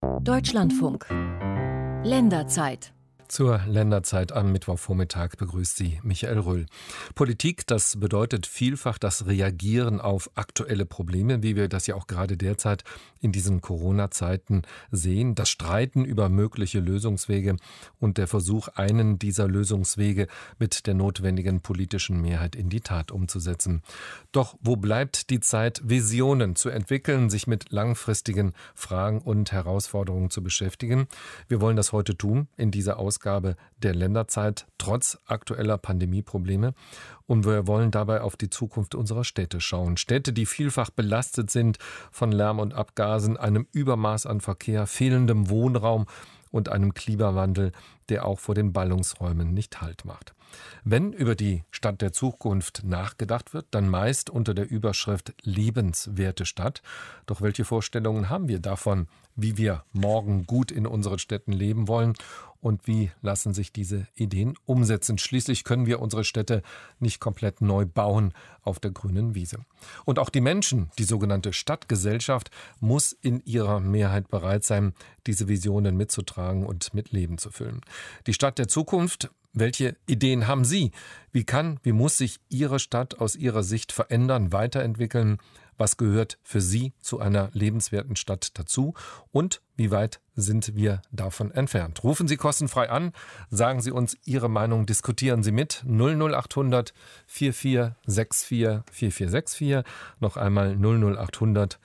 Deutschlandfunk. Länderzeit. Zur Länderzeit am Mittwochvormittag begrüßt Sie Michael Röhl. Politik, das bedeutet vielfach das Reagieren auf aktuelle Probleme, wie wir das ja auch gerade derzeit in diesen Corona-Zeiten sehen. Das Streiten über mögliche Lösungswege und der Versuch, einen dieser Lösungswege mit der notwendigen politischen Mehrheit in die Tat umzusetzen. Doch wo bleibt die Zeit, Visionen zu entwickeln, sich mit langfristigen Fragen und Herausforderungen zu beschäftigen? Wir wollen das heute tun in dieser Ausgabe der Länderzeit trotz aktueller Pandemieprobleme. Und wir wollen dabei auf die Zukunft unserer Städte schauen. Städte, die vielfach belastet sind von Lärm und Abgasen, einem Übermaß an Verkehr, fehlendem Wohnraum und einem Klimawandel, der auch vor den Ballungsräumen nicht Halt macht. Wenn über die Stadt der Zukunft nachgedacht wird, dann meist unter der Überschrift lebenswerte Stadt. Doch welche Vorstellungen haben wir davon, wie wir morgen gut in unseren Städten leben wollen und wie lassen sich diese Ideen umsetzen? Schließlich können wir unsere Städte nicht komplett neu bauen auf der grünen Wiese. Und auch die Menschen, die sogenannte Stadtgesellschaft, muss in ihrer Mehrheit bereit sein, diese Visionen mitzutragen und mit Leben zu füllen. Die Stadt der Zukunft. Welche Ideen haben Sie? Wie muss sich Ihre Stadt aus Ihrer Sicht verändern, weiterentwickeln? Was gehört für Sie zu einer lebenswerten Stadt dazu? Und wie weit sind wir davon entfernt? Rufen Sie kostenfrei an, sagen Sie uns Ihre Meinung, diskutieren Sie mit 00800 4464 4464, noch einmal 00800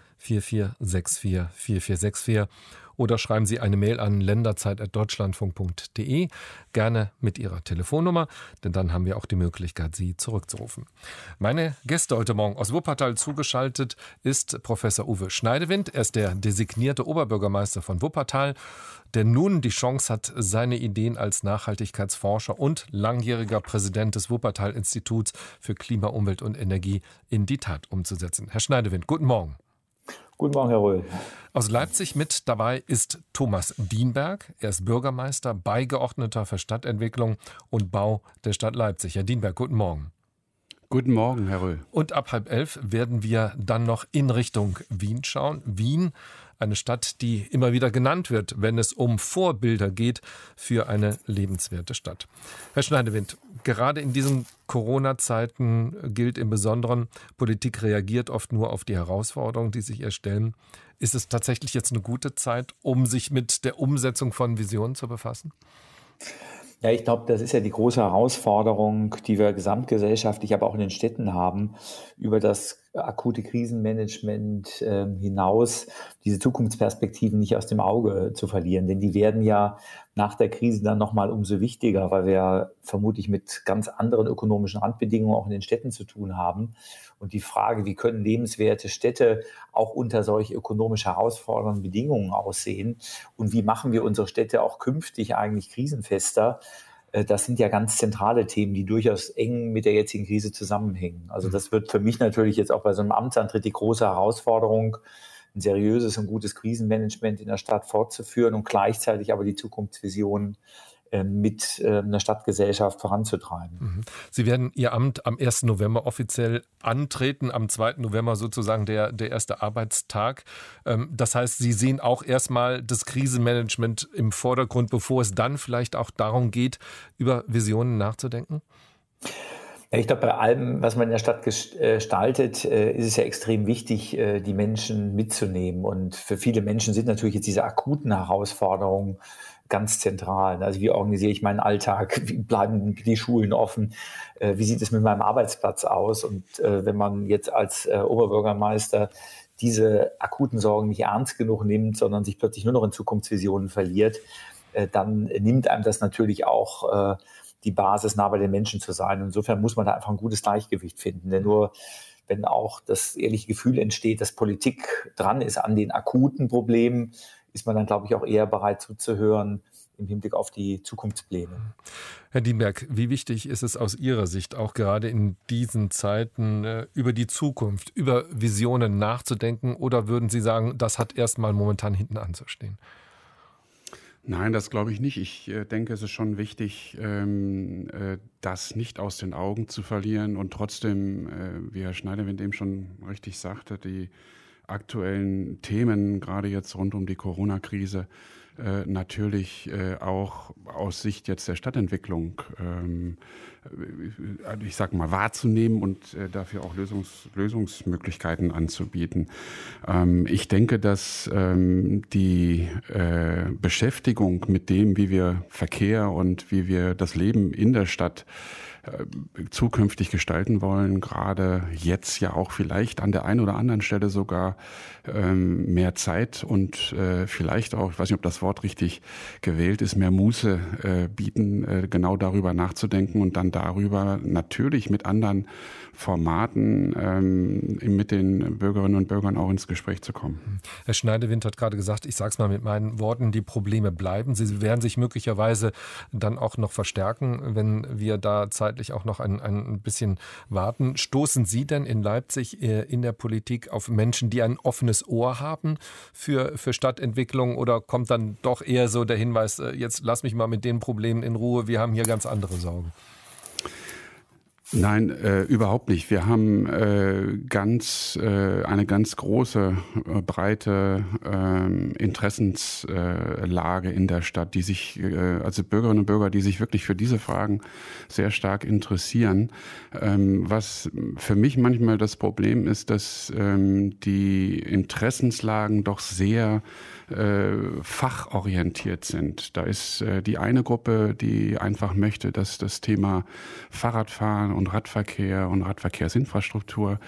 4464 4464. Oder schreiben Sie eine Mail an länderzeit@deutschlandfunk.de, gerne mit Ihrer Telefonnummer, denn dann haben wir auch die Möglichkeit, Sie zurückzurufen. Meine Gäste heute Morgen aus Wuppertal zugeschaltet ist Professor Uwe Schneidewind. Er ist der designierte Oberbürgermeister von Wuppertal, der nun die Chance hat, seine Ideen als Nachhaltigkeitsforscher und langjähriger Präsident des Wuppertal-Instituts für Klima, Umwelt und Energie in die Tat umzusetzen. Herr Schneidewind, guten Morgen. Guten Morgen, Herr Röhl. Aus Leipzig mit dabei ist Thomas Dienberg. Er ist Bürgermeister, Beigeordneter für Stadtentwicklung und Bau der Stadt Leipzig. Herr Dienberg, guten Morgen. Guten Morgen, Herr Röhl. Und ab 10:30 werden wir dann noch in Richtung Wien schauen. Wien, eine Stadt, die immer wieder genannt wird, wenn es um Vorbilder geht für eine lebenswerte Stadt. Herr Schneidewind, gerade in diesen Corona-Zeiten gilt im Besonderen, Politik reagiert oft nur auf die Herausforderungen, die sich ihr stellen. Ist es tatsächlich jetzt eine gute Zeit, um sich mit der Umsetzung von Visionen zu befassen? Ja, ich glaube, das ist ja die große Herausforderung, die wir gesamtgesellschaftlich, aber auch in den Städten haben, über das akute Krisenmanagement hinaus diese Zukunftsperspektiven nicht aus dem Auge zu verlieren. Denn die werden ja nach der Krise dann nochmal umso wichtiger, weil wir vermutlich mit ganz anderen ökonomischen Randbedingungen auch in den Städten zu tun haben. Und die Frage, wie können lebenswerte Städte auch unter solch ökonomisch herausfordernden Bedingungen aussehen und wie machen wir unsere Städte auch künftig eigentlich krisenfester, das sind ja ganz zentrale Themen, die durchaus eng mit der jetzigen Krise zusammenhängen. Also das wird für mich natürlich jetzt auch bei so einem Amtsantritt die große Herausforderung, ein seriöses und gutes Krisenmanagement in der Stadt fortzuführen und gleichzeitig aber die Zukunftsvision mit einer Stadtgesellschaft voranzutreiben. Sie werden Ihr Amt am 1. November offiziell antreten, am 2. November sozusagen der erste Arbeitstag. Das heißt, Sie sehen auch erstmal das Krisenmanagement im Vordergrund, bevor es dann vielleicht auch darum geht, über Visionen nachzudenken? Ja, ich glaube, bei allem, was man in der Stadt gestaltet, ist es ja extrem wichtig, die Menschen mitzunehmen. Und für viele Menschen sind natürlich jetzt diese akuten Herausforderungen ganz zentral. Also wie organisiere ich meinen Alltag? Wie bleiben die Schulen offen? Wie sieht es mit meinem Arbeitsplatz aus? Und wenn man jetzt als Oberbürgermeister diese akuten Sorgen nicht ernst genug nimmt, sondern sich plötzlich nur noch in Zukunftsvisionen verliert, dann nimmt einem das natürlich auch die Basis, nah bei den Menschen zu sein. Insofern muss man da einfach ein gutes Gleichgewicht finden. Denn nur wenn auch das ehrliche Gefühl entsteht, dass Politik dran ist an den akuten Problemen, ist man dann, glaube ich, auch eher bereit zuzuhören im Hinblick auf die Zukunftspläne. Herr Dienberg, wie wichtig ist es aus Ihrer Sicht, auch gerade in diesen Zeiten über die Zukunft, über Visionen nachzudenken? Oder würden Sie sagen, das hat erstmal momentan hinten anzustehen? Nein, das glaube ich nicht. Ich denke, es ist schon wichtig, das nicht aus den Augen zu verlieren und trotzdem, wie Herr Schneidewind eben schon richtig sagte, die aktuellen Themen, gerade jetzt rund um die Corona-Krise, natürlich auch aus Sicht jetzt der Stadtentwicklung, ich sag mal, wahrzunehmen und dafür auch Lösungsmöglichkeiten anzubieten. Ich denke, dass die Beschäftigung mit dem, wie wir Verkehr und wie wir das Leben in der Stadt zukünftig gestalten wollen, gerade jetzt ja auch vielleicht an der einen oder anderen Stelle sogar mehr Zeit und vielleicht auch, ich weiß nicht, ob das Wort richtig gewählt ist, mehr Muße bieten, genau darüber nachzudenken und dann darüber natürlich mit anderen Formaten mit den Bürgerinnen und Bürgern auch ins Gespräch zu kommen. Herr Schneidewind hat gerade gesagt, ich sage es mal mit meinen Worten, die Probleme bleiben. Sie werden sich möglicherweise dann auch noch verstärken, wenn wir da zeitlich auch noch ein bisschen warten. Stoßen Sie denn in Leipzig in der Politik auf Menschen, die ein offenes Ohr haben für Stadtentwicklung, oder kommt dann doch eher so der Hinweis, jetzt lass mich mal mit den Problemen in Ruhe, wir haben hier ganz andere Sorgen? Nein, überhaupt nicht. Wir haben eine ganz große, breite Interessenslage in der Stadt, die sich, also Bürgerinnen und Bürger, die sich wirklich für diese Fragen sehr stark interessieren. Was für mich manchmal das Problem ist, dass die Interessenslagen doch sehr fachorientiert sind. Da ist die eine Gruppe, die einfach möchte, dass das Thema Fahrradfahren und Radverkehr und Radverkehrsinfrastruktur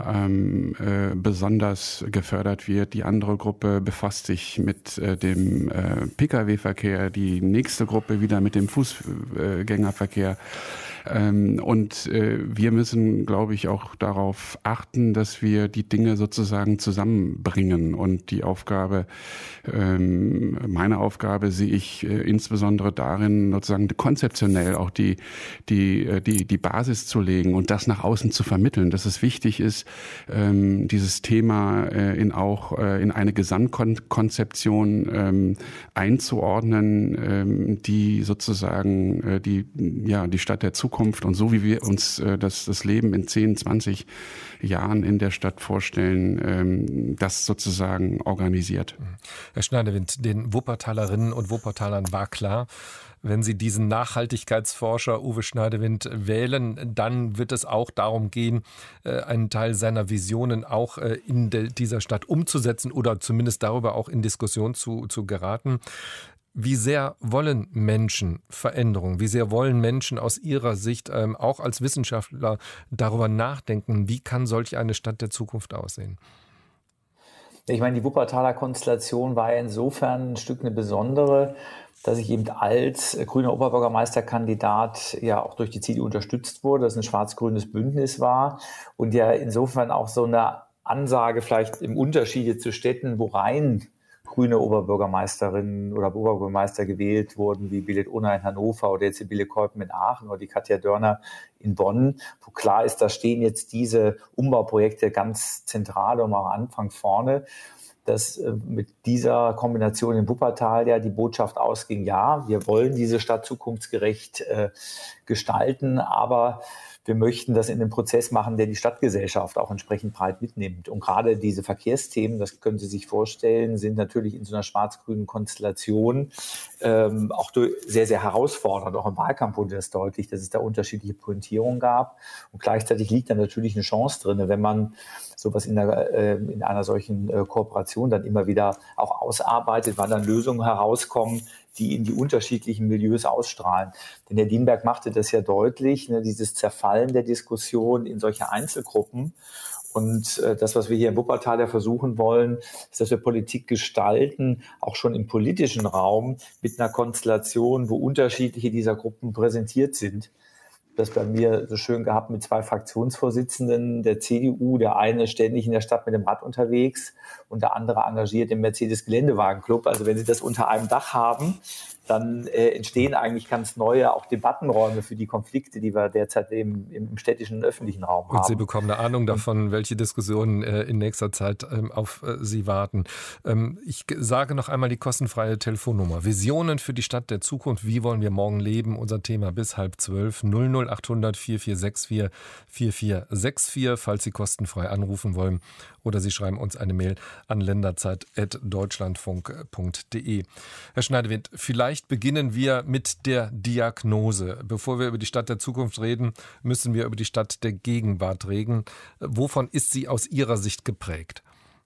besonders gefördert wird. Die andere Gruppe befasst sich mit dem Pkw-Verkehr, die nächste Gruppe wieder mit dem Fußgängerverkehr. Und wir müssen, glaube ich, auch darauf achten, dass wir die Dinge sozusagen zusammenbringen. Und die Aufgabe, meine Aufgabe sehe ich insbesondere darin, sozusagen konzeptionell auch die Basis zu legen und das nach außen zu vermitteln, dass es wichtig ist, dieses Thema in eine Gesamtkonzeption einzuordnen, die sozusagen die Stadt der Zukunft und so wie wir uns das Leben in 10, 20 Jahren in der Stadt vorstellen, das sozusagen organisiert. Herr Schneidewind, den Wuppertalerinnen und Wuppertalern war klar, wenn Sie diesen Nachhaltigkeitsforscher Uwe Schneidewind wählen, dann wird es auch darum gehen, einen Teil seiner Visionen auch in dieser Stadt umzusetzen oder zumindest darüber auch in Diskussion zu geraten. Wie sehr wollen Menschen Veränderung? Wie sehr wollen Menschen aus Ihrer Sicht auch als Wissenschaftler darüber nachdenken, wie kann solch eine Stadt der Zukunft aussehen? Ich meine, die Wuppertaler Konstellation war ja insofern ein Stück eine besondere, dass ich eben als grüner Oberbürgermeisterkandidat ja auch durch die CDU unterstützt wurde, dass es ein schwarz-grünes Bündnis war und ja insofern auch so eine Ansage vielleicht im Unterschied zu Städten, wo rein grüne Oberbürgermeisterinnen oder Oberbürgermeister gewählt wurden, wie Belit Ohner in Hannover oder jetzt die Sibylle Kolpen in Aachen oder die Katja Dörner in Bonn, wo klar ist, da stehen jetzt diese Umbauprojekte ganz zentral und am Anfang vorne, dass mit dieser Kombination in Wuppertal ja die Botschaft ausging, ja, wir wollen diese Stadt zukunftsgerecht gestalten, aber wir möchten das in einem Prozess machen, der die Stadtgesellschaft auch entsprechend breit mitnimmt. Und gerade diese Verkehrsthemen, das können Sie sich vorstellen, sind natürlich in so einer schwarz-grünen Konstellation auch sehr, sehr herausfordernd. Auch im Wahlkampf wurde das deutlich, dass es da unterschiedliche Pointierungen gab. Und gleichzeitig liegt da natürlich eine Chance drin, wenn man sowas in einer solchen Kooperation dann immer wieder auch ausarbeitet, weil dann Lösungen herauskommen, die in die unterschiedlichen Milieus ausstrahlen. Denn Herr Dienberg machte das ja deutlich, dieses Zerfallen der Diskussion in solche Einzelgruppen. Und das, was wir hier in Wuppertal ja versuchen wollen, ist, dass wir Politik gestalten, auch schon im politischen Raum, mit einer Konstellation, wo unterschiedliche dieser Gruppen präsentiert sind. Das bei mir so schön gehabt mit 2 Fraktionsvorsitzenden der CDU. Der eine ist ständig in der Stadt mit dem Rad unterwegs und der andere engagiert im Mercedes-Geländewagen-Club. Also wenn Sie das unter einem Dach haben, dann entstehen eigentlich ganz neue auch Debattenräume für die Konflikte, die wir derzeit im städtischen und öffentlichen Raum haben. Und Sie bekommen eine Ahnung davon, welche Diskussionen in nächster Zeit auf Sie warten. Ich sage noch einmal die kostenfreie Telefonnummer. Visionen für die Stadt der Zukunft. Wie wollen wir morgen leben? Unser Thema bis 11:30. 00800 4464 4464, falls Sie kostenfrei anrufen wollen. Oder Sie schreiben uns eine Mail an länderzeit@deutschlandfunk.de. Herr Schneidewind, vielleicht beginnen wir mit der Diagnose. Bevor wir über die Stadt der Zukunft reden, müssen wir über die Stadt der Gegenwart reden. Wovon ist sie aus Ihrer Sicht geprägt?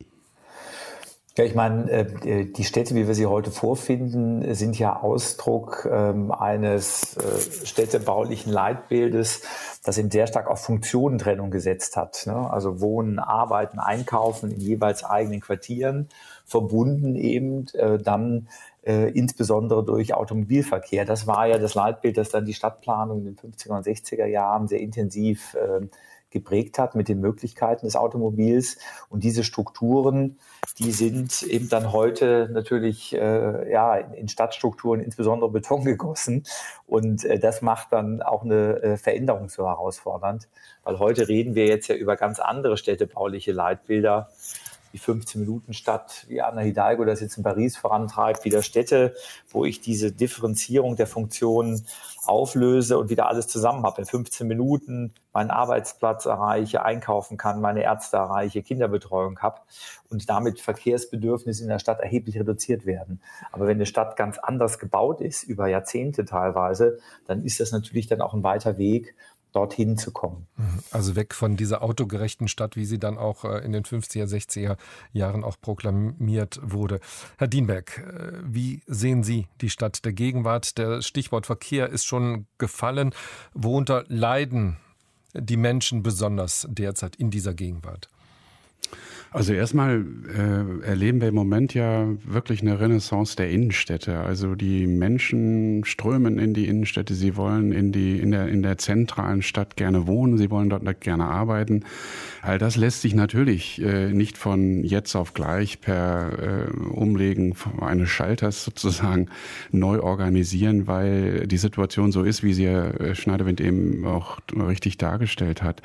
Ja, ich meine, die Städte, wie wir sie heute vorfinden, sind ja Ausdruck eines städtebaulichen Leitbildes, das eben sehr stark auf Funktionentrennung gesetzt hat. Ne? Also Wohnen, Arbeiten, Einkaufen in jeweils eigenen Quartieren, verbunden eben dann insbesondere durch Automobilverkehr. Das war ja das Leitbild, das dann die Stadtplanung in den 50er und 60er Jahren sehr intensiv geprägt hat mit den Möglichkeiten des Automobils. Und diese Strukturen, die sind eben dann heute natürlich in Stadtstrukturen, insbesondere Beton gegossen. Und das macht dann auch eine Veränderung so herausfordernd. Weil heute reden wir jetzt ja über ganz andere städtebauliche Leitbilder, wie 15-Minuten-Stadt, wie Anna Hidalgo das jetzt in Paris vorantreibt, wieder Städte, wo ich diese Differenzierung der Funktionen auflöse und wieder alles zusammen habe. In 15 Minuten meinen Arbeitsplatz erreiche, einkaufen kann, meine Ärzte erreiche, Kinderbetreuung habe und damit Verkehrsbedürfnisse in der Stadt erheblich reduziert werden. Aber wenn eine Stadt ganz anders gebaut ist, über Jahrzehnte teilweise, dann ist das natürlich dann auch ein weiter Weg, dorthin zu kommen. Also weg von dieser autogerechten Stadt, wie sie dann auch in den 50er, 60er Jahren auch proklamiert wurde. Herr Dienberg, wie sehen Sie die Stadt der Gegenwart? Der Stichwort Verkehr ist schon gefallen. Worunter leiden die Menschen besonders derzeit in dieser Gegenwart? Also erstmal erleben wir im Moment ja wirklich eine Renaissance der Innenstädte. Also die Menschen strömen in die Innenstädte, sie wollen in der zentralen Stadt gerne wohnen, sie wollen dort gerne arbeiten. All das lässt sich natürlich nicht von jetzt auf gleich per Umlegen eines Schalters sozusagen neu organisieren, weil die Situation so ist, wie sie Herr Schneidewind eben auch richtig dargestellt hat.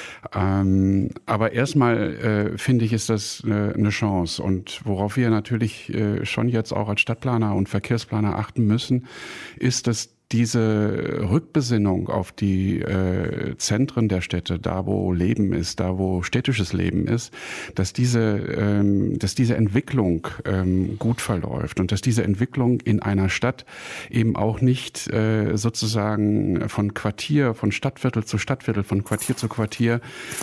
Aber erstmal finde ich, ist das eine Chance. Und worauf wir natürlich schon jetzt auch als Stadtplaner und Verkehrsplaner achten müssen, ist, dass diese Rückbesinnung auf die Zentren der Städte, da wo Leben ist, da wo städtisches Leben ist, dass diese Entwicklung gut verläuft und dass diese Entwicklung in einer Stadt eben auch nicht sozusagen von Stadtviertel zu Stadtviertel, von Quartier zu Quartier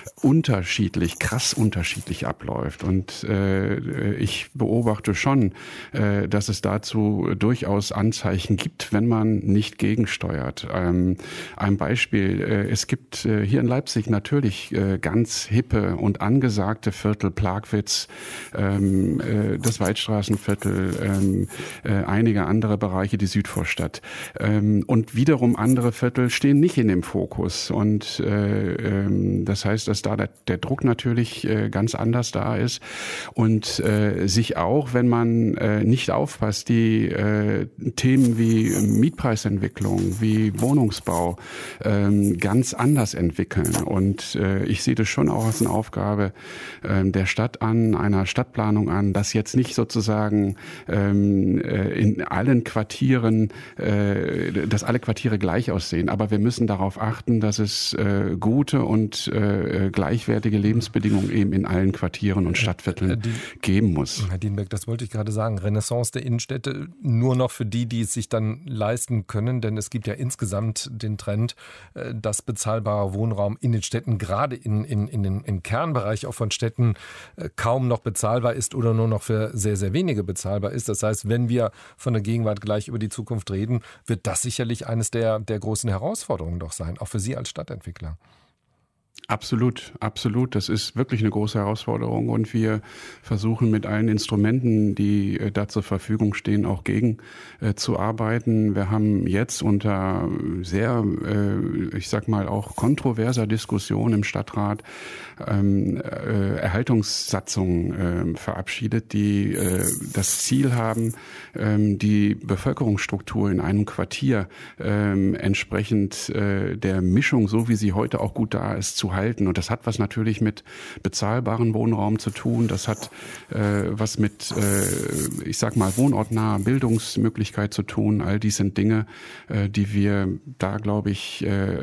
krass unterschiedlich abläuft. Und ich beobachte schon, dass es dazu durchaus Anzeichen gibt, wenn man nicht gegensteuert. Ein Beispiel, es gibt hier in Leipzig natürlich ganz hippe und angesagte Viertel, Plagwitz, das Waldstraßenviertel, einige andere Bereiche, die Südvorstadt. Und wiederum andere Viertel stehen nicht in dem Fokus. Und das heißt, dass da der Druck natürlich ganz anders da ist und sich auch, wenn man nicht aufpasst, die Themen wie Mietpreisentwicklung, wie Wohnungsbau ganz anders entwickeln. Und ich sehe das schon auch als eine Aufgabe der Stadt an, einer Stadtplanung an, dass jetzt nicht sozusagen in allen Quartieren, dass alle Quartiere gleich aussehen. Aber wir müssen darauf achten, dass es gute und gleichwertige Lebensbedingungen eben in allen Quartieren und Stadtvierteln geben muss. Herr Dienberg, das wollte ich gerade sagen. Renaissance der Innenstädte nur noch für die es sich dann leisten können, denn es gibt ja insgesamt den Trend, dass bezahlbarer Wohnraum in den Städten, gerade im Kernbereich auch von Städten, kaum noch bezahlbar ist oder nur noch für sehr, sehr wenige bezahlbar ist. Das heißt, wenn wir von der Gegenwart gleich über die Zukunft reden, wird das sicherlich eines der großen Herausforderungen doch sein, auch für Sie als Stadtentwickler. Absolut, absolut. Das ist wirklich eine große Herausforderung und wir versuchen mit allen Instrumenten, die da zur Verfügung stehen, auch gegen zu arbeiten. Wir haben jetzt unter sehr, ich sag mal, auch kontroverser Diskussion im Stadtrat Erhaltungssatzungen verabschiedet, die das Ziel haben, die Bevölkerungsstruktur in einem Quartier entsprechend der Mischung, so wie sie heute auch gut da ist, zu halten. Und das hat was natürlich mit bezahlbarem Wohnraum zu tun. Das hat was mit, ich sag mal, wohnortnaher Bildungsmöglichkeit zu tun. All dies sind Dinge, die wir da, glaube ich,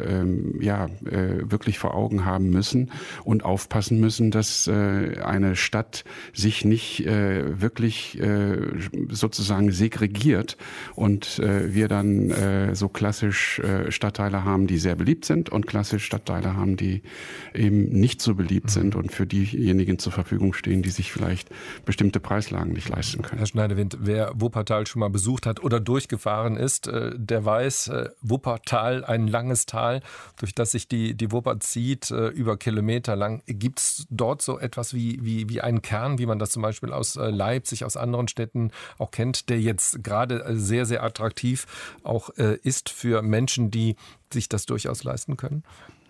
wirklich vor Augen haben müssen und aufpassen müssen, dass eine Stadt sich nicht wirklich sozusagen segregiert und wir dann so klassisch Stadtteile haben, die sehr beliebt sind und klassisch Stadtteile haben, die eben nicht so beliebt sind und für diejenigen zur Verfügung stehen, die sich vielleicht bestimmte Preislagen nicht leisten können. Herr Schneidewind, wer Wuppertal schon mal besucht hat oder durchgefahren ist, der weiß, Wuppertal, ein langes Tal, durch das sich die Wupper zieht, über Kilometer lang. Gibt es dort so etwas wie einen Kern, wie man das zum Beispiel aus Leipzig, aus anderen Städten auch kennt, der jetzt gerade sehr, sehr attraktiv auch ist für Menschen, die sich das durchaus leisten können?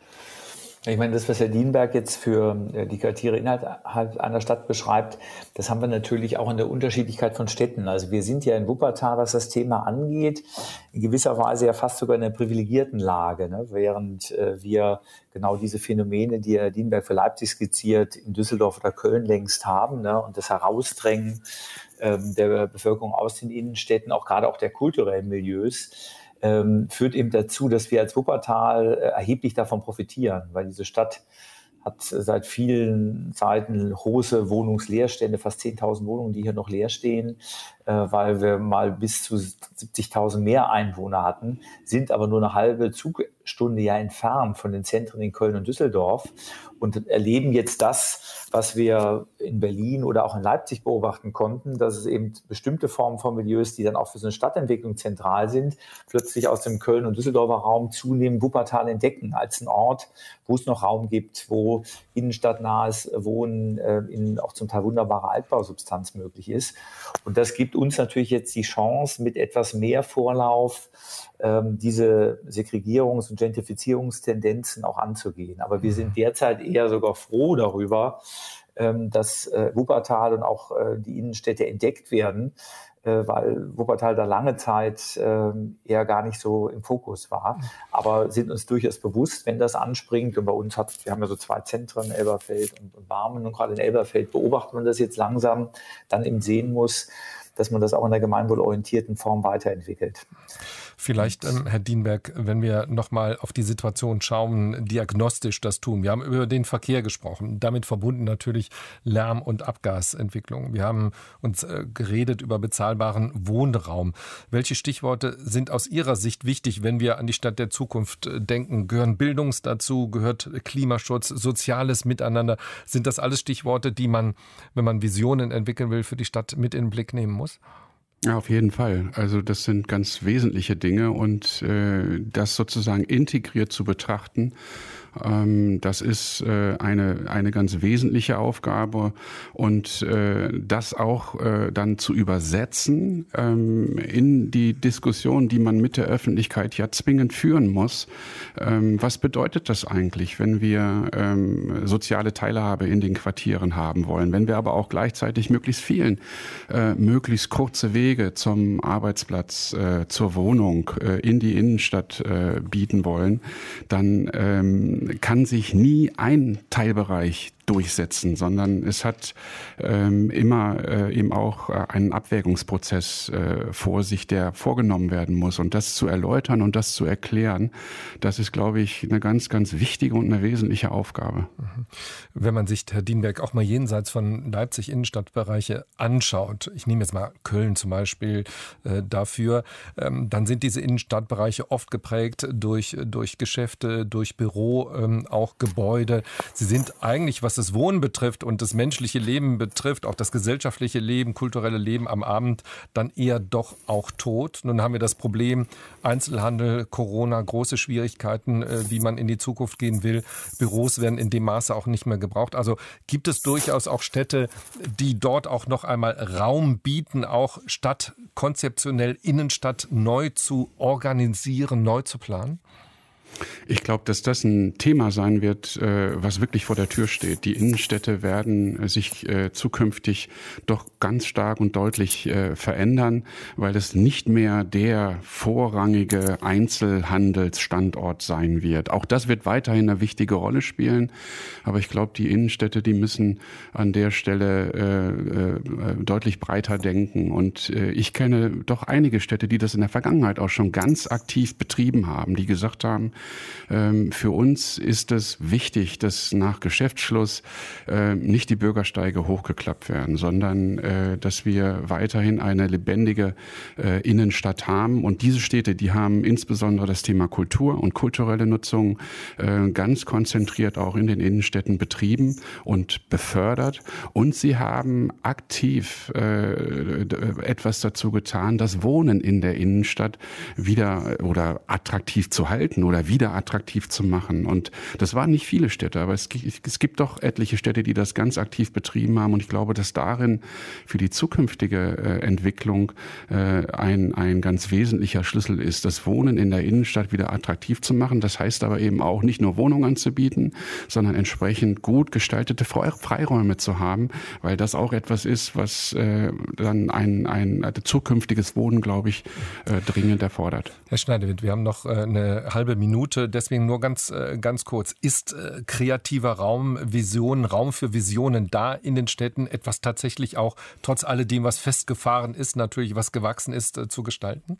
Ich meine, das, was Herr Dienberg jetzt für die Quartiere innerhalb einer Stadt beschreibt, das haben wir natürlich auch in der Unterschiedlichkeit von Städten. Also wir sind ja in Wuppertal, was das Thema angeht, in gewisser Weise ja fast sogar in einer privilegierten Lage, ne? Während wir genau diese Phänomene, die Herr Dienberg für Leipzig skizziert, in Düsseldorf oder Köln längst haben, ne? Und das Herausdrängen der Bevölkerung aus den Innenstädten, auch gerade auch der kulturellen Milieus, führt eben dazu, dass wir als Wuppertal erheblich davon profitieren, weil diese Stadt hat seit vielen Zeiten große Wohnungsleerstände, fast 10.000 Wohnungen, die hier noch leer stehen, weil wir mal bis zu 70.000 mehr Einwohner hatten, sind aber nur eine halbe Zugstunde ja entfernt von den Zentren in Köln und Düsseldorf und erleben jetzt das, was wir in Berlin oder auch in Leipzig beobachten konnten, dass es eben bestimmte Formen von Milieus, die dann auch für so eine Stadtentwicklung zentral sind, plötzlich aus dem Köln- und Düsseldorfer Raum zunehmend Wuppertal entdecken als einen Ort, wo es noch Raum gibt, wo innenstadtnahes Wohnen auch zum Teil wunderbare Altbausubstanz möglich ist. Und das gibt uns natürlich jetzt die Chance, mit etwas mehr Vorlauf diese Segregierungs- und Gentrifizierungstendenzen auch anzugehen. Aber wir sind derzeit eher sogar froh darüber, dass Wuppertal und auch die Innenstädte entdeckt werden, weil Wuppertal da lange Zeit eher gar nicht so im Fokus war. Aber sind uns durchaus bewusst, wenn das anspringt. Und bei uns wir haben ja so 2 Zentren, Elberfeld und Barmen. Und gerade in Elberfeld beobachtet man das jetzt langsam, dann eben sehen muss, dass man das auch in der gemeinwohlorientierten Form weiterentwickelt. Vielleicht, Herr Dienberg, wenn wir nochmal auf die Situation schauen, diagnostisch das tun. Wir haben über den Verkehr gesprochen, damit verbunden natürlich Lärm- und Abgasentwicklung. Wir haben uns geredet über bezahlbaren Wohnraum. Welche Stichworte sind aus Ihrer Sicht wichtig, wenn wir an die Stadt der Zukunft denken? Gehören Bildung dazu? Gehört Klimaschutz, soziales Miteinander? Sind das alles Stichworte, die man, wenn man Visionen entwickeln will, für die Stadt mit in den Blick nehmen muss? Ja, auf jeden Fall. Also das sind ganz wesentliche Dinge und das sozusagen integriert zu betrachten, das ist eine ganz wesentliche Aufgabe und das auch dann zu übersetzen in die Diskussion, die man mit der Öffentlichkeit ja zwingend führen muss. Was bedeutet das eigentlich, wenn wir soziale Teilhabe in den Quartieren haben wollen, wenn wir aber auch gleichzeitig möglichst vielen möglichst kurze Wege zum Arbeitsplatz, zur Wohnung, in die Innenstadt bieten wollen, dann kann sich nie ein Teilbereich durchsetzen, sondern es hat immer eben auch einen Abwägungsprozess vor sich, der vorgenommen werden muss. Und das zu erläutern und das zu erklären, das ist, glaube ich, eine ganz, ganz wichtige und eine wesentliche Aufgabe. Wenn man sich, Herr Dienberg, auch mal jenseits von Leipzig Innenstadtbereiche anschaut, ich nehme jetzt mal Köln zum Beispiel dafür, dann sind diese Innenstadtbereiche oft geprägt durch Geschäfte, durch Büro, auch Gebäude. Sie sind eigentlich, was das Wohnen betrifft und das menschliche Leben betrifft, auch das gesellschaftliche Leben, kulturelle Leben am Abend, dann eher doch auch tot. Nun haben wir das Problem Einzelhandel, Corona, große Schwierigkeiten, wie man in die Zukunft gehen will. Büros werden in dem Maße auch nicht mehr gebraucht. Also gibt es durchaus auch Städte, die dort auch noch einmal Raum bieten, auch Stadt konzeptionell, Innenstadt neu zu organisieren, neu zu planen? Ich glaube, dass das ein Thema sein wird, was wirklich vor der Tür steht. Die Innenstädte werden sich zukünftig doch ganz stark und deutlich verändern, weil es nicht mehr der vorrangige Einzelhandelsstandort sein wird. Auch das wird weiterhin eine wichtige Rolle spielen. Aber ich glaube, die Innenstädte, die müssen an der Stelle deutlich breiter denken. Und ich kenne doch einige Städte, die das in der Vergangenheit auch schon ganz aktiv betrieben haben, die gesagt haben, für uns ist es wichtig, dass nach Geschäftsschluss nicht die Bürgersteige hochgeklappt werden, sondern dass wir weiterhin eine lebendige Innenstadt haben. Und diese Städte, die haben insbesondere das Thema Kultur und kulturelle Nutzung ganz konzentriert auch in den Innenstädten betrieben und befördert. Und sie haben aktiv etwas dazu getan, das Wohnen in der Innenstadt wieder oder attraktiv zu halten oder wieder attraktiv zu machen. Und das waren nicht viele Städte, aber es gibt doch etliche Städte, die das ganz aktiv betrieben haben. Und ich glaube, dass darin für die zukünftige Entwicklung ein ganz wesentlicher Schlüssel ist, das Wohnen in der Innenstadt wieder attraktiv zu machen. Das heißt aber eben auch nicht nur Wohnungen anzubieten, sondern entsprechend gut gestaltete Freiräume zu haben, weil das auch etwas ist, was dann ein zukünftiges Wohnen, glaube ich, dringend erfordert. Herr Schneidewind, wir haben noch eine halbe Minute, deswegen nur ganz kurz. Ist kreativer Raum, Raum für Visionen da in den Städten, etwas tatsächlich auch trotz alledem, was festgefahren ist, natürlich was gewachsen ist, zu gestalten?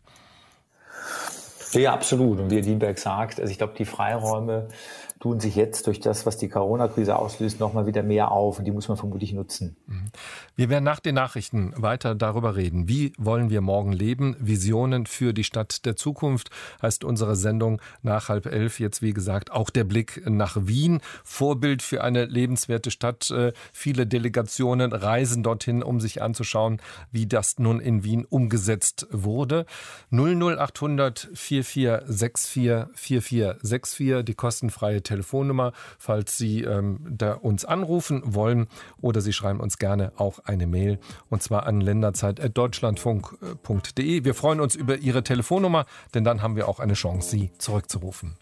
Ja, absolut. Und wie Herr Dienberg sagt, also ich glaube, die Freiräume tun sich jetzt durch das, was die Corona-Krise auslöst, nochmal wieder mehr auf. Und die muss man vermutlich nutzen. Wir werden nach den Nachrichten weiter darüber reden. Wie wollen wir morgen leben? Visionen für die Stadt der Zukunft heißt unsere Sendung nach 10:30. Jetzt, wie gesagt, auch der Blick nach Wien. Vorbild für eine lebenswerte Stadt. Viele Delegationen reisen dorthin, um sich anzuschauen, wie das nun in Wien umgesetzt wurde. 00800 4464 4464, die kostenfreie Telefonnummer, falls Sie da uns anrufen wollen, oder Sie schreiben uns gerne auch eine Mail, und zwar an länderzeit@deutschlandfunk.de. Wir freuen uns über Ihre Telefonnummer, denn dann haben wir auch eine Chance, Sie zurückzurufen.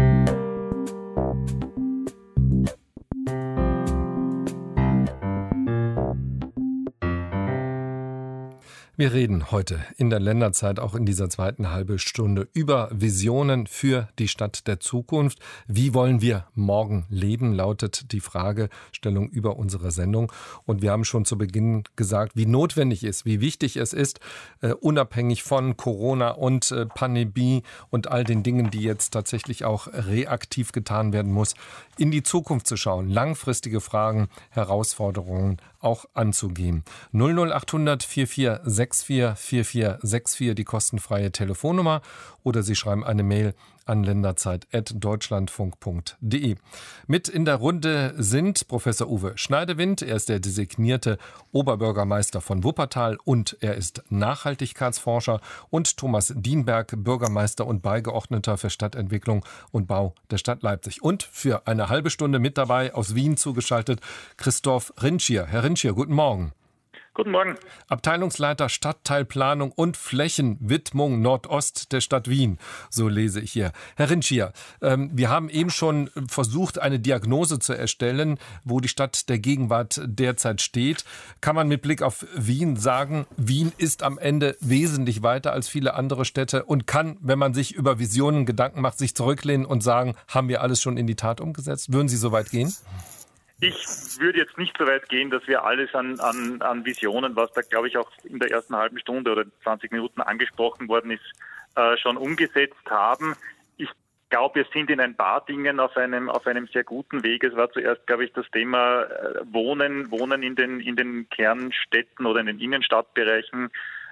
Wir reden heute in der Länderzeit, auch in dieser zweiten halben Stunde, über Visionen für die Stadt der Zukunft. Wie wollen wir morgen leben, lautet die Fragestellung über unsere Sendung. Und wir haben schon zu Beginn gesagt, wie notwendig ist, wie wichtig es ist, unabhängig von Corona und Pandemie und all den Dingen, die jetzt tatsächlich auch reaktiv getan werden muss, in die Zukunft zu schauen, langfristige Fragen, Herausforderungen auch anzugehen. 00800 4464 4464, die kostenfreie Telefonnummer, oder Sie schreiben eine Mail an länderzeit@deutschlandfunk.de. Mit in der Runde sind Professor Uwe Schneidewind, er ist der designierte Oberbürgermeister von Wuppertal und er ist Nachhaltigkeitsforscher, und Thomas Dienberg, Bürgermeister und Beigeordneter für Stadtentwicklung und Bau der Stadt Leipzig. Und für eine halbe Stunde mit dabei, aus Wien zugeschaltet, Christoph Rintschier. Herr Rintschier, guten Morgen. Guten Morgen. Abteilungsleiter Stadtteilplanung und Flächenwidmung Nordost der Stadt Wien, so lese ich hier. Herr Rintschier, wir haben eben schon versucht, eine Diagnose zu erstellen, wo die Stadt der Gegenwart derzeit steht. Kann man mit Blick auf Wien sagen, Wien ist am Ende wesentlich weiter als viele andere Städte und kann, wenn man sich über Visionen Gedanken macht, sich zurücklehnen und sagen, haben wir alles schon in die Tat umgesetzt? Würden Sie so weit gehen? Ich würde jetzt nicht so weit gehen, dass wir alles an Visionen, was da, glaube ich, auch in der ersten halben Stunde oder 20 Minuten angesprochen worden ist, schon umgesetzt haben. Ich glaube, wir sind in ein paar Dingen auf einem sehr guten Weg. Es war zuerst, glaube ich, das Thema Wohnen in den Kernstädten oder in den Innenstadtbereichen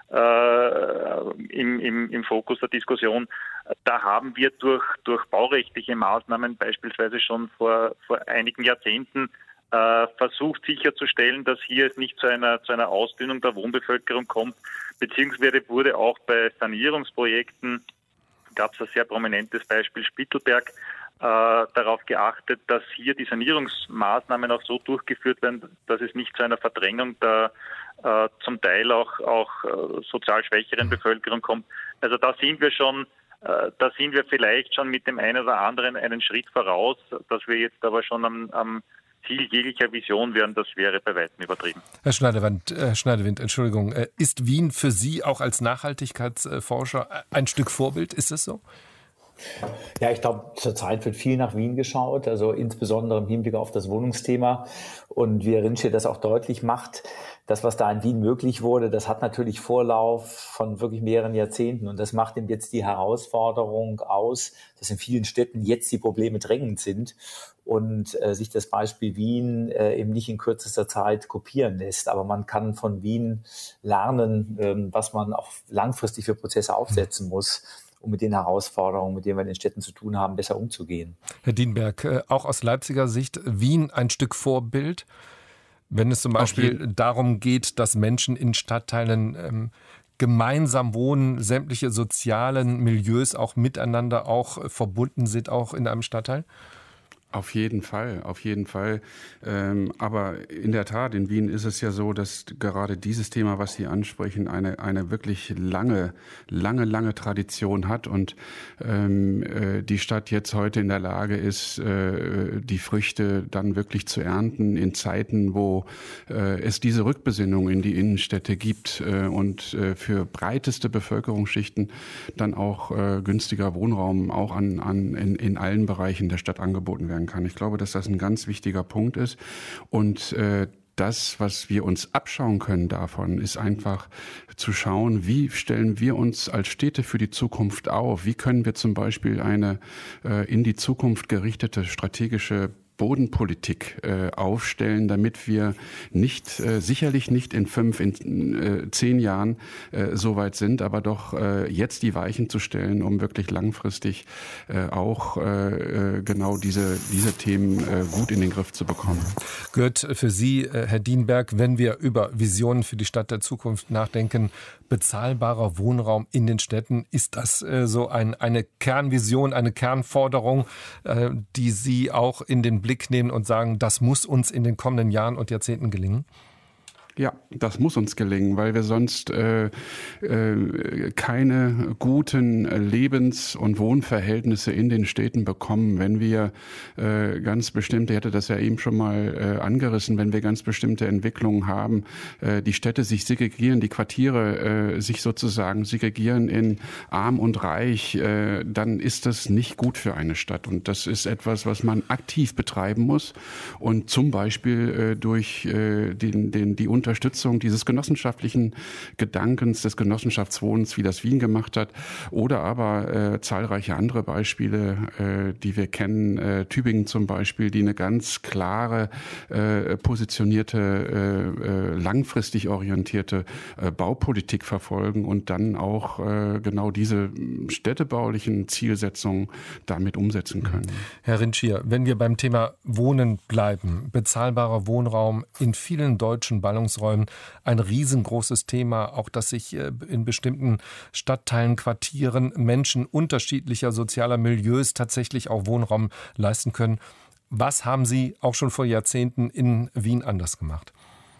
im Fokus der Diskussion. Da haben wir durch baurechtliche Maßnahmen beispielsweise schon vor einigen Jahrzehnten versucht sicherzustellen, dass hier es nicht zu einer Ausdünnung der Wohnbevölkerung kommt, beziehungsweise wurde auch bei Sanierungsprojekten, gab es ein sehr prominentes Beispiel Spittelberg, darauf geachtet, dass hier die Sanierungsmaßnahmen auch so durchgeführt werden, dass es nicht zu einer Verdrängung der zum Teil auch sozial schwächeren Bevölkerung kommt. Also da sind wir vielleicht schon mit dem einen oder anderen einen Schritt voraus, dass wir jetzt aber schon am Ziel jeglicher Vision wären, das wäre bei weitem übertrieben. Herr Schneidewind, Entschuldigung, ist Wien für Sie auch als Nachhaltigkeitsforscher ein Stück Vorbild? Ist es so? Ja, ich glaube, zurzeit wird viel nach Wien geschaut, also insbesondere im Hinblick auf das Wohnungsthema. Und wie Herr Rinsche das auch deutlich macht, das, was da in Wien möglich wurde, das hat natürlich Vorlauf von wirklich mehreren Jahrzehnten. Und das macht eben jetzt die Herausforderung aus, dass in vielen Städten jetzt die Probleme drängend sind und sich das Beispiel Wien eben nicht in kürzester Zeit kopieren lässt. Aber man kann von Wien lernen, was man auch langfristig für Prozesse aufsetzen muss, um mit den Herausforderungen, mit denen wir in den Städten zu tun haben, besser umzugehen. Herr Dienberg, auch aus Leipziger Sicht Wien ein Stück Vorbild, wenn es zum Beispiel darum geht, dass Menschen in Stadtteilen gemeinsam wohnen, sämtliche sozialen Milieus auch miteinander auch verbunden sind, auch in einem Stadtteil? Auf jeden Fall. Aber in der Tat, in Wien ist es ja so, dass gerade dieses Thema, was Sie ansprechen, eine wirklich lange Tradition hat und die Stadt jetzt heute in der Lage ist, die Früchte dann wirklich zu ernten in Zeiten, wo es diese Rückbesinnung in die Innenstädte gibt und für breiteste Bevölkerungsschichten dann auch günstiger Wohnraum auch in allen Bereichen der Stadt angeboten werden kann. Ich glaube, dass das ein ganz wichtiger Punkt ist und das, was wir uns abschauen können davon, ist einfach zu schauen, wie stellen wir uns als Städte für die Zukunft auf? Wie können wir zum Beispiel eine in die Zukunft gerichtete strategische Bodenpolitik aufstellen, damit wir sicherlich nicht in 10 Jahren so weit sind, aber doch jetzt die Weichen zu stellen, um wirklich langfristig auch genau diese Themen gut in den Griff zu bekommen. Gehört für Sie, Herr Dienberg, wenn wir über Visionen für die Stadt der Zukunft nachdenken, bezahlbarer Wohnraum in den Städten, ist das so eine Kernvision, eine Kernforderung, die Sie auch in den Blick nehmen und sagen, das muss uns in den kommenden Jahren und Jahrzehnten gelingen? Ja, das muss uns gelingen, weil wir sonst keine guten Lebens- und Wohnverhältnisse in den Städten bekommen, wenn wir ganz bestimmte, ich hatte das ja eben schon mal angerissen, wenn wir ganz bestimmte Entwicklungen haben, die Städte sich segregieren, die Quartiere sich sozusagen segregieren in arm und reich, dann ist das nicht gut für eine Stadt. Und das ist etwas, was man aktiv betreiben muss und zum Beispiel durch die Unterstützung dieses genossenschaftlichen Gedankens, des Genossenschaftswohnens, wie das Wien gemacht hat, oder aber zahlreiche andere Beispiele, die wir kennen, Tübingen zum Beispiel, die eine ganz klare, positionierte, langfristig orientierte Baupolitik verfolgen und dann auch genau diese städtebaulichen Zielsetzungen damit umsetzen können. Herr Rinschier, wenn wir beim Thema Wohnen bleiben, bezahlbarer Wohnraum in vielen deutschen Ballungsräumen, ein riesengroßes Thema, auch dass sich in bestimmten Stadtteilen, Quartieren Menschen unterschiedlicher sozialer Milieus tatsächlich auch Wohnraum leisten können. Was haben Sie auch schon vor Jahrzehnten in Wien anders gemacht?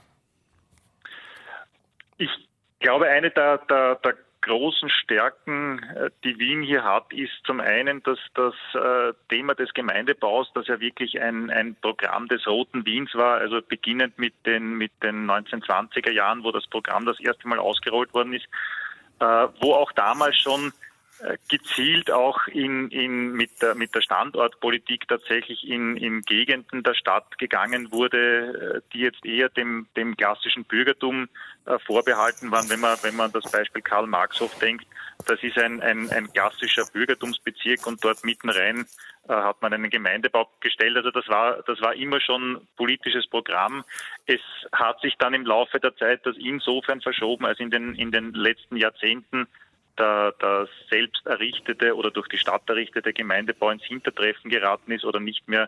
Ich glaube, eine der großen Stärken, die Wien hier hat, ist zum einen das Thema des Gemeindebaus, das ja wirklich ein Programm des Roten Wiens war, also beginnend mit den 1920er Jahren, wo das Programm das erste Mal ausgerollt worden ist, wo auch damals schon gezielt auch mit der Standortpolitik tatsächlich in Gegenden der Stadt gegangen wurde, die jetzt eher dem klassischen Bürgertum vorbehalten waren. Wenn man das Beispiel Karl-Marx-Hof denkt, das ist ein klassischer Bürgertumsbezirk und dort mitten rein hat man einen Gemeindebau gestellt. Also das war immer schon politisches Programm. Es hat sich dann im Laufe der Zeit das insofern verschoben, als in den letzten Jahrzehnten der selbst errichtete oder durch die Stadt errichtete Gemeindebau ins Hintertreffen geraten ist oder nicht mehr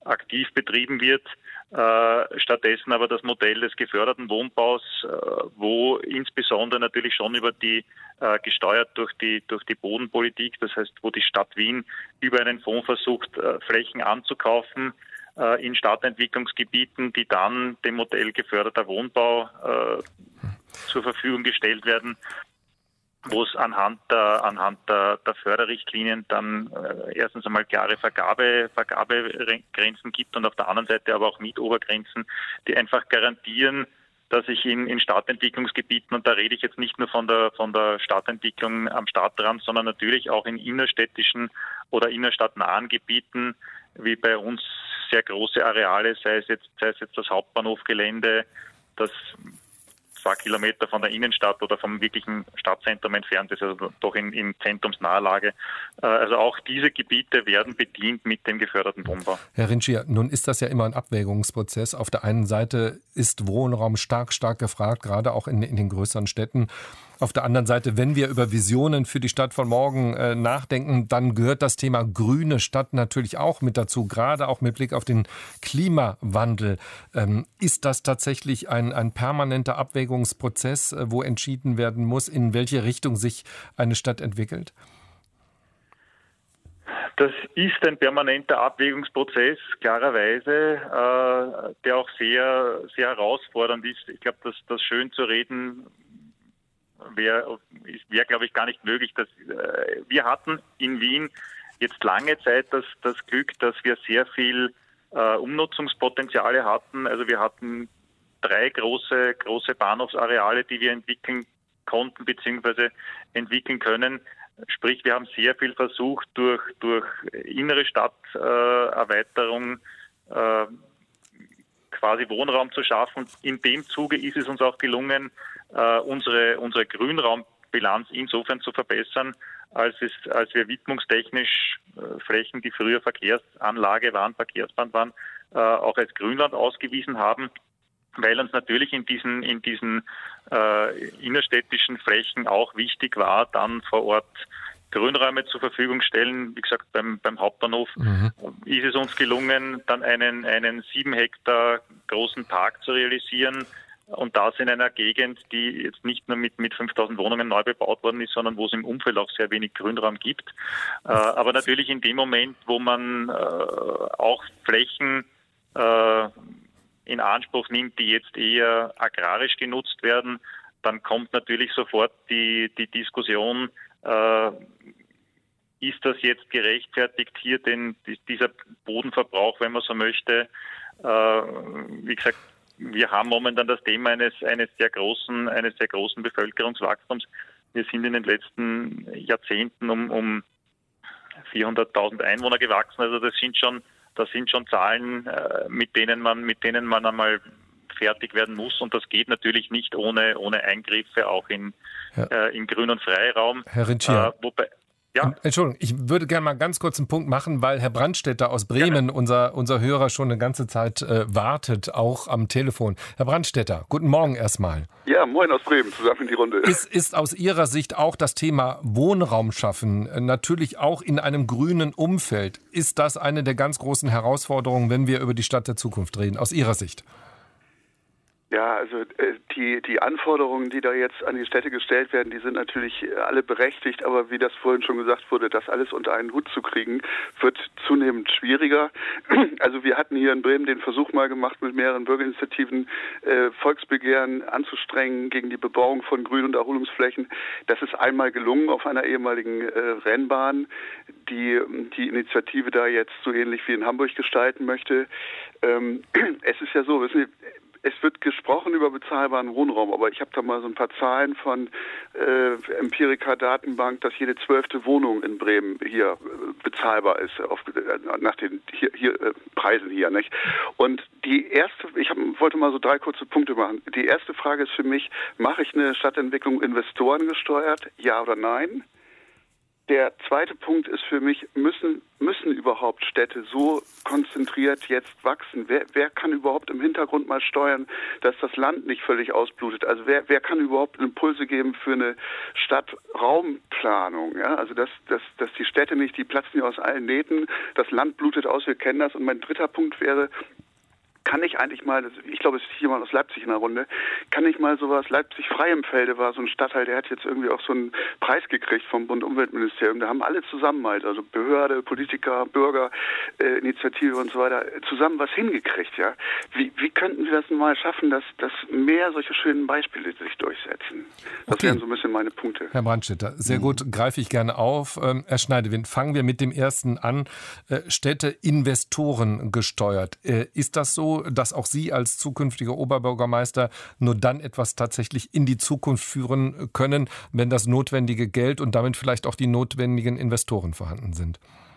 aktiv betrieben wird. Stattdessen aber das Modell des geförderten Wohnbaus, wo insbesondere natürlich schon über die gesteuert durch die Bodenpolitik, das heißt, wo die Stadt Wien über einen Fonds versucht, Flächen anzukaufen in Stadtentwicklungsgebieten, die dann dem Modell geförderter Wohnbau zur Verfügung gestellt werden, wo es anhand der Förderrichtlinien dann erstens einmal klare Vergabegrenzen gibt und auf der anderen Seite aber auch Mietobergrenzen, die einfach garantieren, dass ich in Stadtentwicklungsgebieten, und da rede ich jetzt nicht nur von der Stadtentwicklung am Stadtrand, sondern natürlich auch in innerstädtischen oder innerstadtnahen Gebieten, wie bei uns sehr große Areale, sei es jetzt das Hauptbahnhofgelände, das 2 Kilometer von der Innenstadt oder vom wirklichen Stadtzentrum entfernt ist, also doch in zentrumsnaher Lage. Also auch diese Gebiete werden bedient mit dem geförderten Wohnbau. Herr Rintschier, nun ist das ja immer ein Abwägungsprozess. Auf der einen Seite ist Wohnraum stark gefragt, gerade auch in den größeren Städten. Auf der anderen Seite, wenn wir über Visionen für die Stadt von morgen nachdenken, dann gehört das Thema grüne Stadt natürlich auch mit dazu, gerade auch mit Blick auf den Klimawandel. Ist das tatsächlich ein permanenter Abwägungsprozess, wo entschieden werden muss, in welche Richtung sich eine Stadt entwickelt? Das ist ein permanenter Abwägungsprozess, klarerweise, der auch sehr, sehr herausfordernd ist. Ich glaube, das schön zu reden wäre, glaube ich, gar nicht möglich. Wir hatten in Wien jetzt lange Zeit das Glück, dass wir sehr viel Umnutzungspotenziale hatten. Also wir hatten 3 große Bahnhofsareale, die wir entwickeln konnten bzw. entwickeln können. Sprich, wir haben sehr viel versucht, durch innere Stadterweiterung quasi Wohnraum zu schaffen. In dem Zuge ist es uns auch gelungen, unsere Grünraumbilanz insofern zu verbessern, als wir widmungstechnisch Flächen, die früher Verkehrsanlage waren, Verkehrsbahn waren, auch als Grünland ausgewiesen haben, weil uns natürlich in diesen innerstädtischen Flächen auch wichtig war, dann vor Ort Grünräume zur Verfügung stellen. Wie gesagt, beim Hauptbahnhof ist es uns gelungen, dann einen 7 Hektar großen Park zu realisieren. Und das in einer Gegend, die jetzt nicht nur mit 5.000 Wohnungen neu bebaut worden ist, sondern wo es im Umfeld auch sehr wenig Grünraum gibt. Aber natürlich in dem Moment, wo man auch Flächen in Anspruch nimmt, die jetzt eher agrarisch genutzt werden, dann kommt natürlich sofort die Diskussion, ist das jetzt gerechtfertigt, hier dieser Bodenverbrauch, wenn man so möchte. Wie gesagt, wir haben momentan das Thema eines sehr großen Bevölkerungswachstums. Wir sind in den letzten Jahrzehnten um 400.000 Einwohner gewachsen. Also das sind schon Zahlen, mit denen man einmal fertig werden muss. Und das geht natürlich nicht ohne Eingriffe auch in Grün- und Freiraum. Herr Rintschier. Ja. Entschuldigung, ich würde gerne mal ganz kurz einen Punkt machen, weil Herr Brandstätter aus Bremen, unser Hörer, schon eine ganze Zeit wartet, auch am Telefon. Herr Brandstätter, guten Morgen erstmal. Ja, moin aus Bremen, zusammen in die Runde. Ist aus Ihrer Sicht auch das Thema Wohnraum schaffen, natürlich auch in einem grünen Umfeld, ist das eine der ganz großen Herausforderungen, wenn wir über die Stadt der Zukunft reden, aus Ihrer Sicht? Ja, also die Anforderungen, die da jetzt an die Städte gestellt werden, die sind natürlich alle berechtigt, aber wie das vorhin schon gesagt wurde, das alles unter einen Hut zu kriegen, wird zunehmend schwieriger. Also wir hatten hier in Bremen den Versuch mal gemacht, mit mehreren Bürgerinitiativen Volksbegehren anzustrengen gegen die Bebauung von Grün- und Erholungsflächen. Das ist einmal gelungen auf einer ehemaligen Rennbahn, die Initiative da jetzt so ähnlich wie in Hamburg gestalten möchte. Es ist ja so, wissen Sie, es wird gesprochen über bezahlbaren Wohnraum, aber ich habe da mal so ein paar Zahlen von Empirica-Datenbank, dass jede 12. Wohnung in Bremen hier bezahlbar ist, nach den Preisen hier, nicht? Und wollte mal so 3 kurze Punkte machen. Die erste Frage ist für mich, mache ich eine Stadtentwicklung investorengesteuert, ja oder nein? Der zweite Punkt ist für mich, müssen überhaupt Städte so konzentriert jetzt wachsen? Wer kann überhaupt im Hintergrund mal steuern, dass das Land nicht völlig ausblutet? Also wer kann überhaupt Impulse geben für eine Stadtraumplanung? Ja? Also dass die Städte nicht, die platzen ja aus allen Nähten, das Land blutet aus, wir kennen das. Und mein dritter Punkt wäre, kann ich eigentlich mal, ich glaube, es ist jemand aus Leipzig in der Runde, kann ich mal sowas, Leipzig-Freienfelde war so ein Stadtteil, der hat jetzt irgendwie auch so einen Preis gekriegt vom Bund-Umweltministerium. Da haben alle zusammen halt, also Behörde, Politiker, Bürger, Initiative und so weiter, zusammen was hingekriegt, ja. Wie könnten wir das denn mal schaffen, dass mehr solche schönen Beispiele sich durchsetzen? Das wären so ein bisschen meine Punkte. Herr Brandstätter, sehr gut, greife ich gerne auf. Herr Schneidewind, fangen wir mit dem ersten an. Städte Investoren gesteuert. Ist das so, dass auch Sie als zukünftiger Oberbürgermeister nur dann etwas tatsächlich in die Zukunft führen können, wenn das notwendige Geld und damit vielleicht auch die notwendigen Investoren vorhanden sind?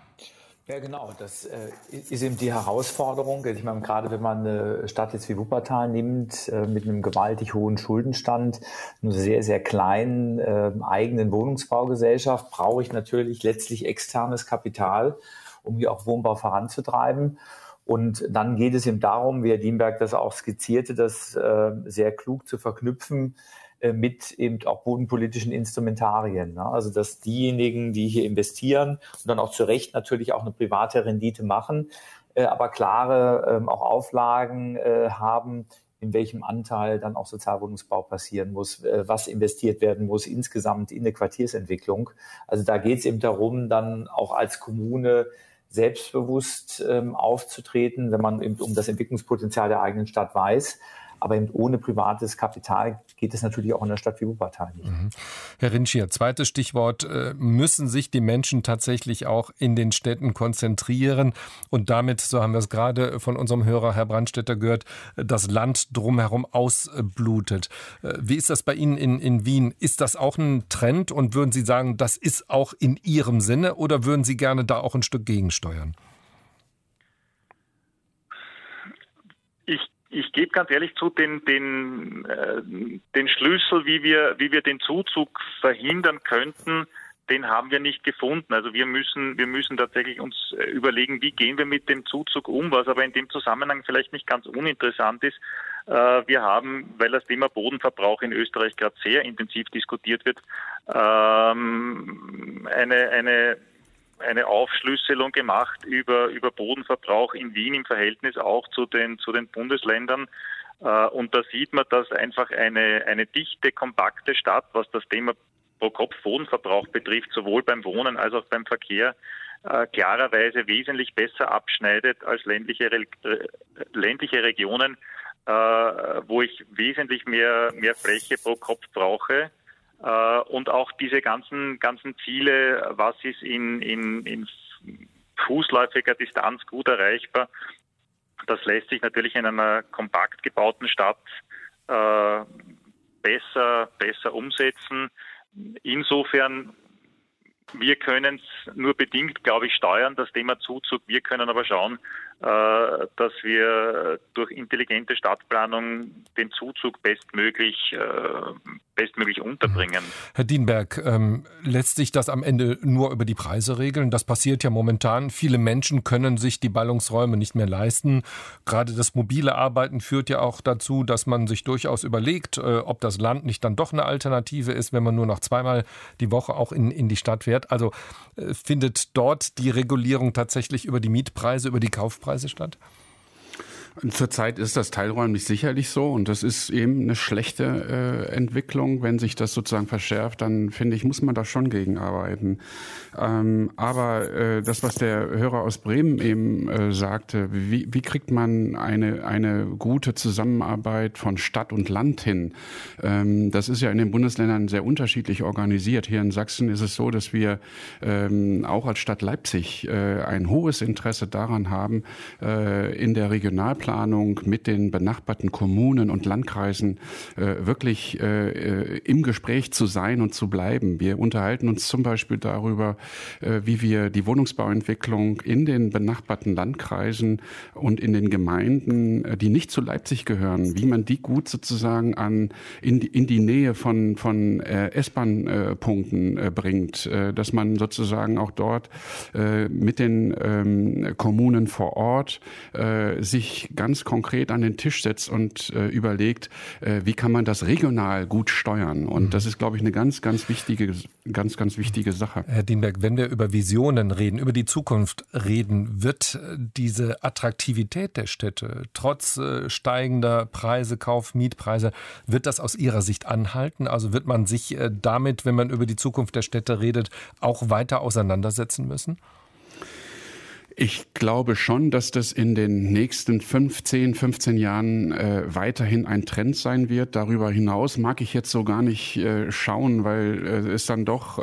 Ja, genau. Das ist eben die Herausforderung. Ich meine, gerade wenn man eine Stadt jetzt wie Wuppertal nimmt, mit einem gewaltig hohen Schuldenstand, einer sehr, sehr kleinen eigenen Wohnungsbaugesellschaft, brauche ich natürlich letztlich externes Kapital, um hier auch Wohnbau voranzutreiben. Und dann geht es eben darum, wie Herr Dienberg das auch skizzierte, das sehr klug zu verknüpfen mit eben auch bodenpolitischen Instrumentarien. Ne? Also dass diejenigen, die hier investieren und dann auch zu Recht natürlich auch eine private Rendite machen, aber klare auch Auflagen haben, in welchem Anteil dann auch Sozialwohnungsbau passieren muss, was investiert werden muss insgesamt in eine Quartiersentwicklung. Also da geht es eben darum, dann auch als Kommune selbstbewusst aufzutreten, wenn man eben um das Entwicklungspotenzial der eigenen Stadt weiß. Aber eben ohne privates Kapital geht es natürlich auch in einer Stadt wie Wuppertal nicht. Herr Rinschier, zweites Stichwort, müssen sich die Menschen tatsächlich auch in den Städten konzentrieren und damit, so haben wir es gerade von unserem Hörer Herr Brandstätter gehört, das Land drumherum ausblutet. Wie ist das bei Ihnen in Wien? Ist das auch ein Trend und würden Sie sagen, das ist auch in Ihrem Sinne oder würden Sie gerne da auch ein Stück gegensteuern? Ich gebe ganz ehrlich zu, den Schlüssel, wie wir den Zuzug verhindern könnten, den haben wir nicht gefunden. Also wir müssen tatsächlich uns überlegen, wie gehen wir mit dem Zuzug um, was aber in dem Zusammenhang vielleicht nicht ganz uninteressant ist. Wir haben, weil das Thema Bodenverbrauch in Österreich gerade sehr intensiv diskutiert wird, eine Aufschlüsselung gemacht über Bodenverbrauch in Wien im Verhältnis auch zu den Bundesländern. Und da sieht man, dass einfach eine dichte, kompakte Stadt, was das Thema Pro-Kopf-Bodenverbrauch betrifft, sowohl beim Wohnen als auch beim Verkehr, klarerweise wesentlich besser abschneidet als ländliche Regionen, wo ich wesentlich mehr Fläche pro Kopf brauche. Und auch diese ganzen Ziele, was ist in fußläufiger Distanz gut erreichbar, das lässt sich natürlich in einer kompakt gebauten Stadt besser umsetzen. Insofern, wir können es nur bedingt, glaube ich, steuern, das Thema Zuzug. Wir können aber schauen, dass wir durch intelligente Stadtplanung den Zuzug bestmöglich unterbringen. Herr Dienberg, lässt sich das am Ende nur über die Preise regeln? Das passiert ja momentan. Viele Menschen können sich die Ballungsräume nicht mehr leisten. Gerade das mobile Arbeiten führt ja auch dazu, dass man sich durchaus überlegt, ob das Land nicht dann doch eine Alternative ist, wenn man nur noch zweimal die Woche auch in die Stadt fährt. Also findet dort die Regulierung tatsächlich über die Mietpreise, über die Kaufpreise statt? Zurzeit ist das teilräumlich sicherlich so und das ist eben eine schlechte Entwicklung. Wenn sich das sozusagen verschärft, dann finde ich, muss man da schon gegenarbeiten. Aber das, was der Hörer aus Bremen eben sagte, wie kriegt man eine gute Zusammenarbeit von Stadt und Land hin? Das ist ja in den Bundesländern sehr unterschiedlich organisiert. Hier in Sachsen ist es so, dass wir auch als Stadt Leipzig ein hohes Interesse daran haben, in der Regionalplanung Stadtplanung mit den benachbarten Kommunen und Landkreisen wirklich im Gespräch zu sein und zu bleiben. Wir unterhalten uns zum Beispiel darüber, wie wir die Wohnungsbauentwicklung in den benachbarten Landkreisen und in den Gemeinden, die nicht zu Leipzig gehören, wie man die gut sozusagen in die Nähe von S-Bahn-Punkten bringt, dass man sozusagen auch dort mit den Kommunen vor Ort sich ganz konkret an den Tisch setzt und überlegt, wie kann man das regional gut steuern. Und das ist, glaube ich, eine ganz wichtige Sache. Herr Dienberg, wenn wir über Visionen reden, über die Zukunft reden, wird diese Attraktivität der Städte trotz steigender Preise, Mietpreise, wird das aus Ihrer Sicht anhalten? Also wird man sich damit, wenn man über die Zukunft der Städte redet, auch weiter auseinandersetzen müssen? Ich glaube schon, dass das in den nächsten 15 Jahren weiterhin ein Trend sein wird. Darüber hinaus mag ich jetzt so gar nicht schauen, weil es dann doch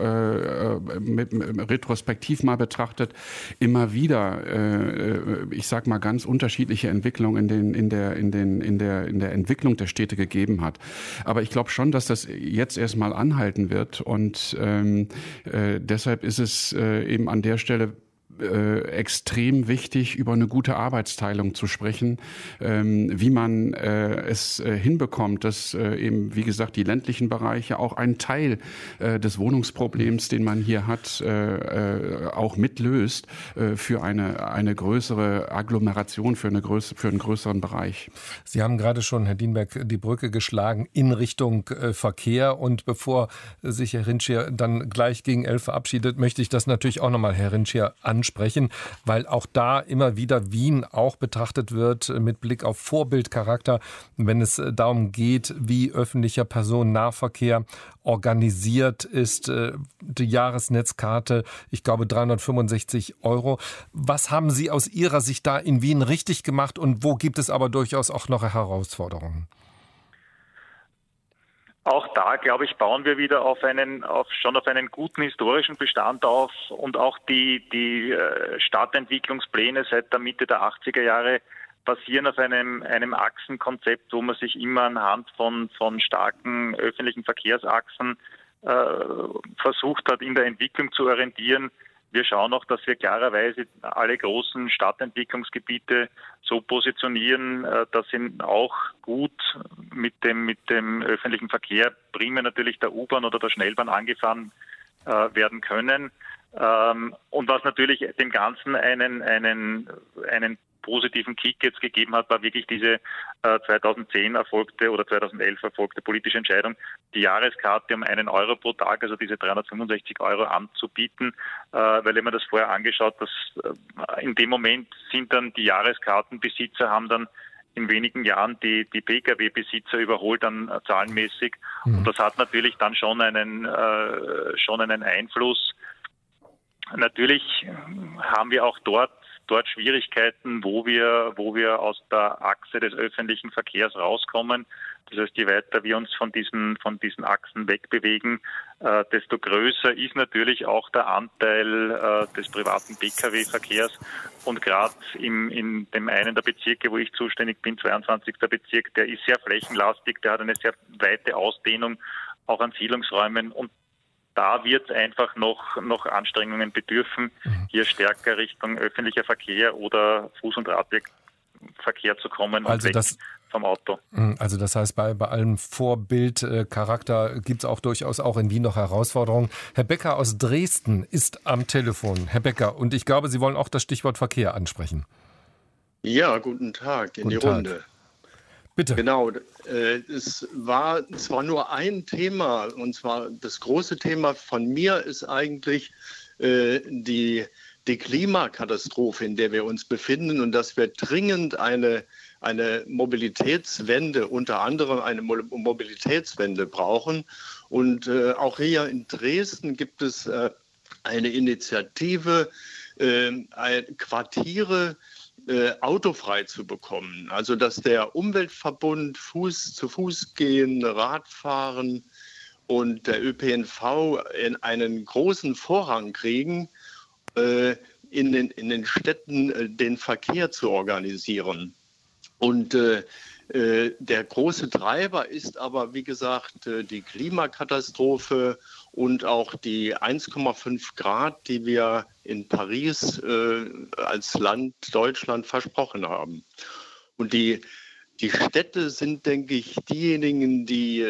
retrospektiv mal betrachtet immer wieder, ich sag mal, ganz unterschiedliche Entwicklungen in der Entwicklung der Städte gegeben hat. Aber ich glaube schon, dass das jetzt erstmal anhalten wird und deshalb ist es eben an der Stelle extrem wichtig, über eine gute Arbeitsteilung zu sprechen, wie man es hinbekommt, dass eben, wie gesagt, die ländlichen Bereiche auch einen Teil des Wohnungsproblems, den man hier hat, auch mitlöst für eine größere Agglomeration, für einen größeren Bereich. Sie haben gerade schon, Herr Dienberg, die Brücke geschlagen in Richtung Verkehr und bevor sich Herr Rintschier dann gleich gegen 11 verabschiedet, möchte ich das natürlich auch nochmal, Herr Rintschier, ansprechen, weil auch da immer wieder Wien auch betrachtet wird mit Blick auf Vorbildcharakter, wenn es darum geht, wie öffentlicher Personennahverkehr organisiert ist. Die Jahresnetzkarte, ich glaube 365 €. Was haben Sie aus Ihrer Sicht da in Wien richtig gemacht und wo gibt es aber durchaus auch noch Herausforderungen? Auch da, glaube ich, bauen wir wieder auf einen guten historischen Bestand auf und auch die Stadtentwicklungspläne seit der Mitte der 80er Jahre basieren auf einem Achsenkonzept, wo man sich immer anhand von starken öffentlichen Verkehrsachsen versucht hat, in der Entwicklung zu orientieren. Wir schauen auch, dass wir klarerweise alle großen Stadtentwicklungsgebiete so positionieren, dass sie auch gut mit dem öffentlichen Verkehr, primär natürlich der U-Bahn oder der Schnellbahn angefahren werden können. Und was natürlich dem Ganzen einen positiven Kick jetzt gegeben hat, war wirklich diese 2010 erfolgte oder 2011 erfolgte politische Entscheidung, die Jahreskarte um €1 pro Tag, also diese 365 € anzubieten, weil wenn man das vorher angeschaut, dass in dem Moment sind dann die Jahreskartenbesitzer haben dann in wenigen Jahren die Pkw-Besitzer überholt dann zahlenmäßig und das hat natürlich dann schon einen Einfluss. Natürlich haben wir auch dort Schwierigkeiten, wo wir aus der Achse des öffentlichen Verkehrs rauskommen. Das heißt, je weiter wir uns von diesen Achsen wegbewegen, desto größer ist natürlich auch der Anteil des privaten Pkw-Verkehrs. Und gerade in dem einen der Bezirke, wo ich zuständig bin, 22. Bezirk, der ist sehr flächenlastig, der hat eine sehr weite Ausdehnung auch an Siedlungsräumen und da wird es einfach noch Anstrengungen bedürfen, hier stärker Richtung öffentlicher Verkehr oder Fuß- und Radwegverkehr zu kommen und weg vom Auto. Also das heißt, bei allem Vorbildcharakter gibt es auch durchaus auch in Wien noch Herausforderungen. Herr Becker aus Dresden ist am Telefon. Herr Becker, und ich glaube, Sie wollen auch das Stichwort Verkehr ansprechen. Ja, guten Tag in die Runde. Bitte. Genau, es war zwar nur ein Thema, und zwar das große Thema von mir ist eigentlich die Klimakatastrophe, in der wir uns befinden und dass wir dringend eine Mobilitätswende, unter anderem eine Mobilitätswende brauchen. Und auch hier in Dresden gibt es eine Initiative, Quartiere autofrei zu bekommen. Also dass der Umweltverbund zu Fuß gehen, Radfahren und der ÖPNV in einen großen Vorrang kriegen, in den Städten den Verkehr zu organisieren. Und der große Treiber ist aber, wie gesagt, die Klimakatastrophe und auch die 1,5 Grad, die wir in Paris als Land Deutschland versprochen haben. Und die Städte sind, denke ich, diejenigen, die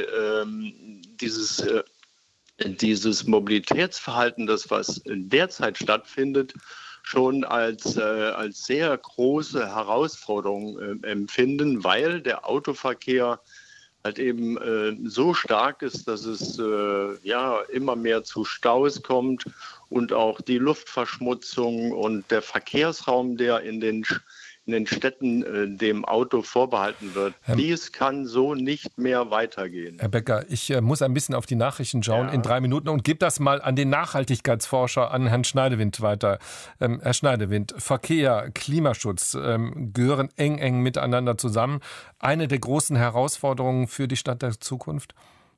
dieses Mobilitätsverhalten, das was derzeit stattfindet, schon als sehr große Herausforderung empfinden, weil der Autoverkehr halt eben so stark ist, dass es immer mehr zu Staus kommt und auch die Luftverschmutzung und der Verkehrsraum, der in den Städten dem Auto vorbehalten wird. Dies kann so nicht mehr weitergehen. Herr Becker, ich muss ein bisschen auf die Nachrichten schauen in 3 Minuten und gebe das mal an den Nachhaltigkeitsforscher, an Herrn Schneidewind weiter. Herr Schneidewind, Verkehr, Klimaschutz gehören eng miteinander zusammen. Eine der großen Herausforderungen für die Stadt der Zukunft?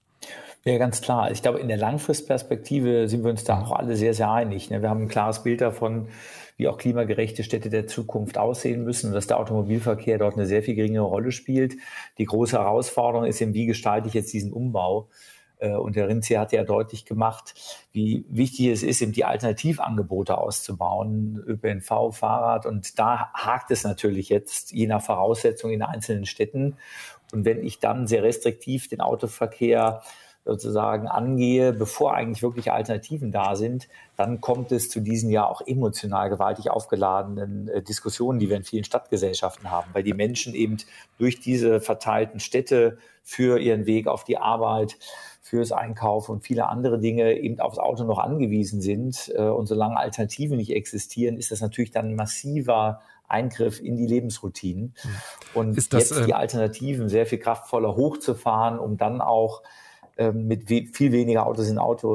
Ja, ganz klar. Ich glaube, in der Langfristperspektive sind wir uns da auch alle sehr, sehr einig. Wir haben ein klares Bild davon, wie auch klimagerechte Städte der Zukunft aussehen müssen und dass der Automobilverkehr dort eine sehr viel geringere Rolle spielt. Die große Herausforderung ist eben, wie gestalte ich jetzt diesen Umbau? Und Herr Rinzi hat ja deutlich gemacht, wie wichtig es ist, eben die Alternativangebote auszubauen, ÖPNV, Fahrrad. Und da hakt es natürlich jetzt je nach Voraussetzung in einzelnen Städten. Und wenn ich dann sehr restriktiv den Autoverkehr sozusagen angehe, bevor eigentlich wirklich Alternativen da sind, dann kommt es zu diesen ja auch emotional gewaltig aufgeladenen Diskussionen, die wir in vielen Stadtgesellschaften haben, weil die Menschen eben durch diese verteilten Städte für ihren Weg auf die Arbeit, fürs Einkaufen und viele andere Dinge eben aufs Auto noch angewiesen sind. Und solange Alternativen nicht existieren, ist das natürlich dann ein massiver Eingriff in die Lebensroutinen. Und ist das, jetzt die Alternativen sehr viel kraftvoller hochzufahren, um dann auch mit viel weniger Autos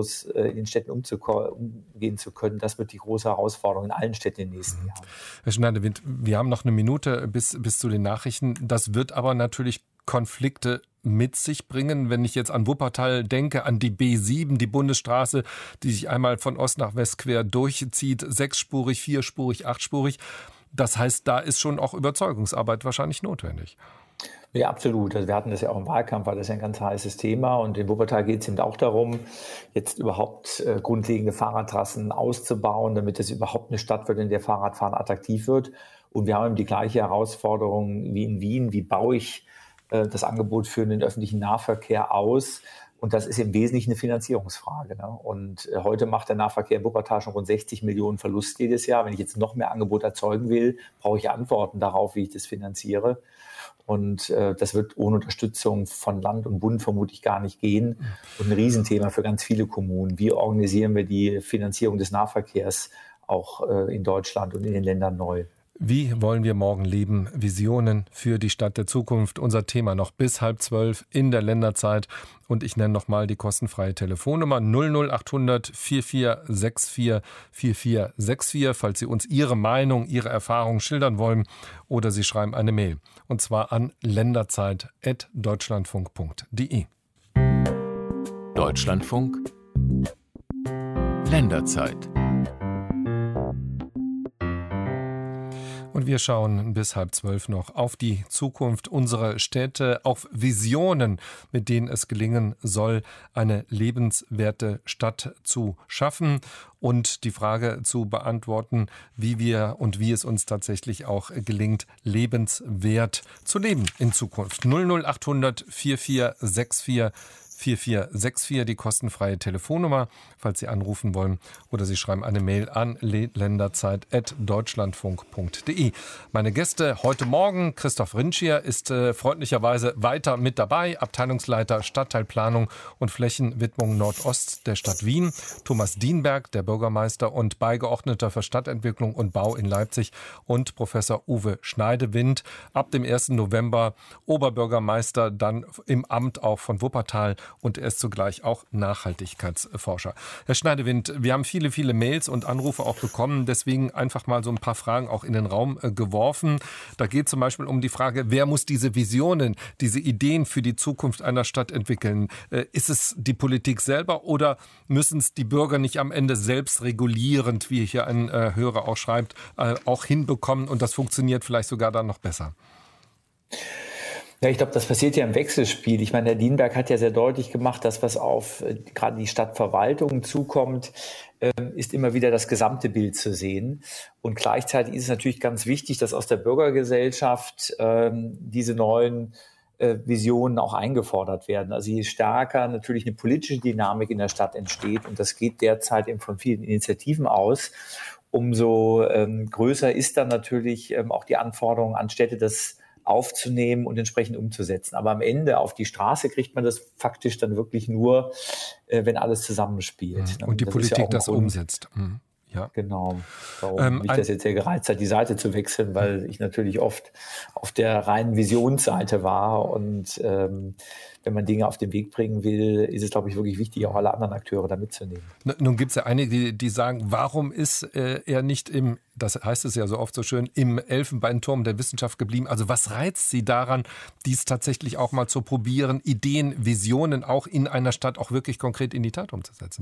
in den Städten umgehen zu können. Das wird die große Herausforderung in allen Städten in den nächsten Jahren. Herr Schneidewind, wir haben noch eine Minute bis zu den Nachrichten. Das wird aber natürlich Konflikte mit sich bringen. Wenn ich jetzt an Wuppertal denke, an die B7, die Bundesstraße, die sich einmal von Ost nach West quer durchzieht, 6-spurig, 4-spurig, 8-spurig. Das heißt, da ist schon auch Überzeugungsarbeit wahrscheinlich notwendig. Ja, absolut. Also wir hatten das ja auch im Wahlkampf, war das ja ein ganz heißes Thema. Und in Wuppertal geht es eben auch darum, jetzt überhaupt grundlegende Fahrradtrassen auszubauen, damit es überhaupt eine Stadt wird, in der Fahrradfahren attraktiv wird. Und wir haben eben die gleiche Herausforderung wie in Wien. Wie baue ich das Angebot für den öffentlichen Nahverkehr aus? Und das ist im Wesentlichen eine Finanzierungsfrage. Und heute macht der Nahverkehr in Wuppertal schon rund 60 Millionen Verlust jedes Jahr. Wenn ich jetzt noch mehr Angebot erzeugen will, brauche ich Antworten darauf, wie ich das finanziere. Und das wird ohne Unterstützung von Land und Bund vermutlich gar nicht gehen. Und ein Riesenthema für ganz viele Kommunen. Wie organisieren wir die Finanzierung des Nahverkehrs auch in Deutschland und in den Ländern neu? Wie wollen wir morgen leben? Visionen für die Stadt der Zukunft. Unser Thema noch bis 11:30 in der Länderzeit. Und ich nenne nochmal die kostenfreie Telefonnummer 00800 4464 4464, falls Sie uns Ihre Meinung, Ihre Erfahrungen schildern wollen. Oder Sie schreiben eine Mail. Und zwar an länderzeit@deutschlandfunk.de. Deutschlandfunk Länderzeit. Und wir schauen bis 11:30 noch auf die Zukunft unserer Städte, auf Visionen, mit denen es gelingen soll, eine lebenswerte Stadt zu schaffen und die Frage zu beantworten, wie es uns tatsächlich auch gelingt, lebenswert zu leben in Zukunft. 00800 4464 4464, die kostenfreie Telefonnummer, falls Sie anrufen wollen, oder Sie schreiben eine Mail an länderzeit@deutschlandfunk.de. Meine Gäste heute Morgen: Christoph Rinschier ist freundlicherweise weiter mit dabei, Abteilungsleiter Stadtteilplanung und Flächenwidmung Nordost der Stadt Wien. Thomas Dienberg, der Bürgermeister und Beigeordneter für Stadtentwicklung und Bau in Leipzig, und Professor Uwe Schneidewind, ab dem 1. November Oberbürgermeister, dann im Amt auch von Wuppertal, und er ist zugleich auch Nachhaltigkeitsforscher. Herr Schneidewind, wir haben viele, viele Mails und Anrufe auch bekommen, deswegen einfach mal so ein paar Fragen auch in den Raum geworfen. Da geht zum Beispiel um die Frage, wer muss diese Visionen, diese Ideen für die Zukunft einer Stadt entwickeln? Ist es die Politik selber oder müssen es die Bürger nicht am Ende selbst regulierend, wie hier ein Hörer auch schreibt, auch hinbekommen, und das funktioniert vielleicht sogar dann noch besser? Ja, ich glaube, das passiert ja im Wechselspiel. Ich meine, Herr Dienberg hat ja sehr deutlich gemacht, dass was auf gerade die Stadtverwaltung zukommt, ist immer wieder das gesamte Bild zu sehen. Und gleichzeitig ist es natürlich ganz wichtig, dass aus der Bürgergesellschaft diese neuen Visionen auch eingefordert werden. Also je stärker natürlich eine politische Dynamik in der Stadt entsteht, und das geht derzeit eben von vielen Initiativen aus, umso größer ist dann natürlich auch die Anforderung an Städte, das aufzunehmen und entsprechend umzusetzen. Aber am Ende auf die Straße kriegt man das faktisch dann wirklich nur, wenn alles zusammenspielt. Und die Politik das umsetzt. Ja. Genau. Warum mich das jetzt sehr gereizt hat, die Seite zu wechseln, weil ich natürlich oft auf der reinen Visionsseite war. Und wenn man Dinge auf den Weg bringen will, ist es, glaube ich, wirklich wichtig, auch alle anderen Akteure da mitzunehmen. Nun gibt es ja einige, die sagen, warum ist er nicht das heißt es ja so oft so schön, im Elfenbeinturm der Wissenschaft geblieben? Also was reizt Sie daran, dies tatsächlich auch mal zu probieren, Ideen, Visionen auch in einer Stadt auch wirklich konkret in die Tat umzusetzen?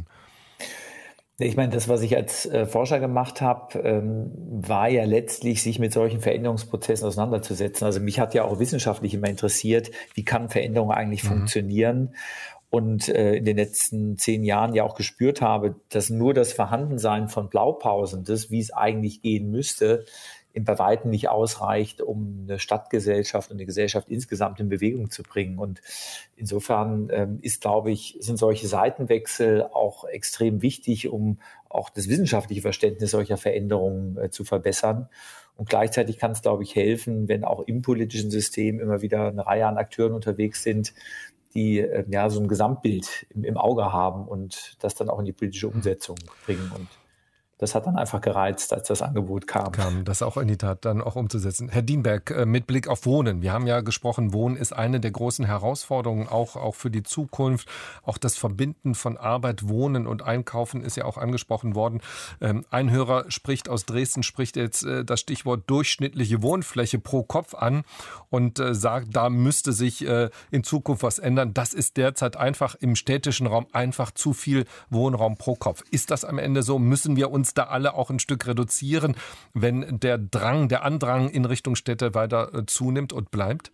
Ich meine, das, was ich als Forscher gemacht habe, war ja letztlich, sich mit solchen Veränderungsprozessen auseinanderzusetzen. Also mich hat ja auch wissenschaftlich immer interessiert, wie kann Veränderung eigentlich funktionieren? Und in den letzten 10 Jahren ja auch gespürt habe, dass nur das Vorhandensein von Blaupausen, das, wie es eigentlich gehen müsste, bei weitem nicht ausreicht, um eine Stadtgesellschaft und eine Gesellschaft insgesamt in Bewegung zu bringen. Und insofern sind solche Seitenwechsel auch extrem wichtig, um auch das wissenschaftliche Verständnis solcher Veränderungen zu verbessern. Und gleichzeitig kann es, glaube ich, helfen, wenn auch im politischen System immer wieder eine Reihe an Akteuren unterwegs sind, die so ein Gesamtbild im Auge haben und das dann auch in die politische Umsetzung bringen. Und das hat dann einfach gereizt, als das Angebot kam. Das auch in die Tat dann auch umzusetzen. Herr Dienberg, mit Blick auf Wohnen. Wir haben ja gesprochen, Wohnen ist eine der großen Herausforderungen, auch für die Zukunft. Auch das Verbinden von Arbeit, Wohnen und Einkaufen ist ja auch angesprochen worden. Ein Hörer aus Dresden spricht jetzt das Stichwort durchschnittliche Wohnfläche pro Kopf an und sagt, da müsste sich in Zukunft was ändern. Das ist derzeit einfach im städtischen Raum einfach zu viel Wohnraum pro Kopf. Ist das am Ende so? Müssen wir uns da alle auch ein Stück reduzieren, wenn der Andrang in Richtung Städte weiter zunimmt und bleibt?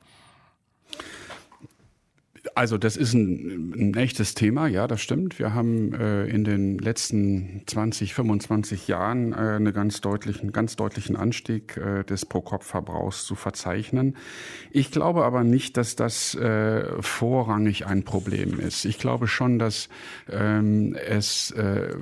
Also das ist ein echtes Thema, ja, das stimmt. Wir haben in den letzten 20, 25 Jahren einen ganz deutlichen Anstieg des Pro-Kopf-Verbrauchs zu verzeichnen. Ich glaube aber nicht, dass das vorrangig ein Problem ist. Ich glaube schon, dass es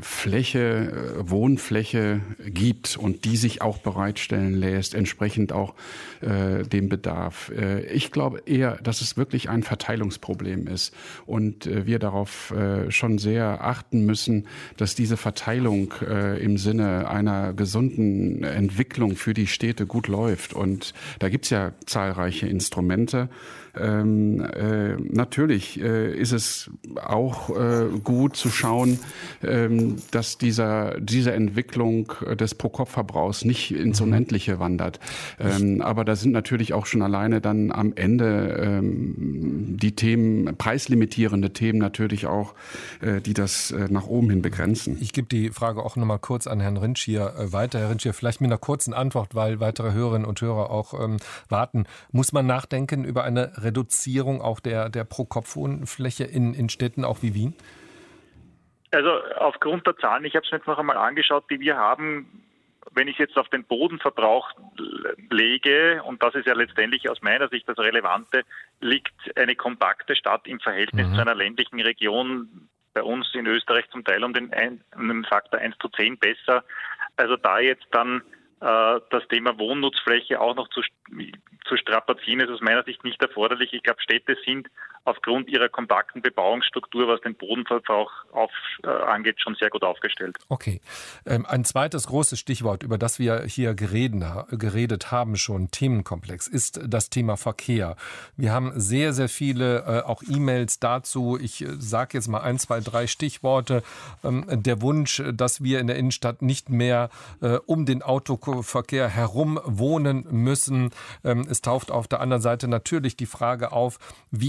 Wohnfläche gibt und die sich auch bereitstellen lässt, entsprechend auch dem Bedarf. Ich glaube eher, dass es wirklich ein Verteilungsproblem ist und wir darauf schon sehr achten müssen, dass diese Verteilung im Sinne einer gesunden Entwicklung für die Städte gut läuft. Und da gibt es ja zahlreiche Instrumente. Natürlich ist es auch gut zu schauen, dass diese Entwicklung des Pro-Kopf-Verbrauchs nicht ins Unendliche wandert. Aber da sind natürlich auch schon alleine dann am Ende die Themen, preislimitierende Themen natürlich auch, die das nach oben hin begrenzen. Ich gebe die Frage auch nochmal kurz an Herrn Rintsch hier weiter. Herr Rintsch, vielleicht mit einer kurzen Antwort, weil weitere Hörerinnen und Hörer auch warten. Muss man nachdenken über eine Reduzierung auch der Pro-Kopf-Wohnfläche in Städten, auch wie Wien? Also aufgrund der Zahlen, ich habe es mir jetzt noch einmal angeschaut, die wir haben, wenn ich jetzt auf den Bodenverbrauch lege, und das ist ja letztendlich aus meiner Sicht das Relevante, liegt eine kompakte Stadt im Verhältnis zu einer ländlichen Region bei uns in Österreich zum Teil um den Faktor 1:10 besser. Also da jetzt dann das Thema Wohnnutzfläche auch noch zu strapazieren, ist aus meiner Sicht nicht erforderlich. Ich glaube, Städte sind aufgrund ihrer kompakten Bebauungsstruktur, was den Bodenverbrauch angeht, schon sehr gut aufgestellt. Okay. Ein zweites großes Stichwort, über das wir hier geredet haben schon, Themenkomplex, ist das Thema Verkehr. Wir haben sehr, sehr viele auch E-Mails dazu. Ich sage jetzt mal 1, 2, 3 Stichworte. Der Wunsch, dass wir in der Innenstadt nicht mehr um den Autoverkehr herum wohnen müssen. Es taucht auf der anderen Seite natürlich die Frage auf, wie kann das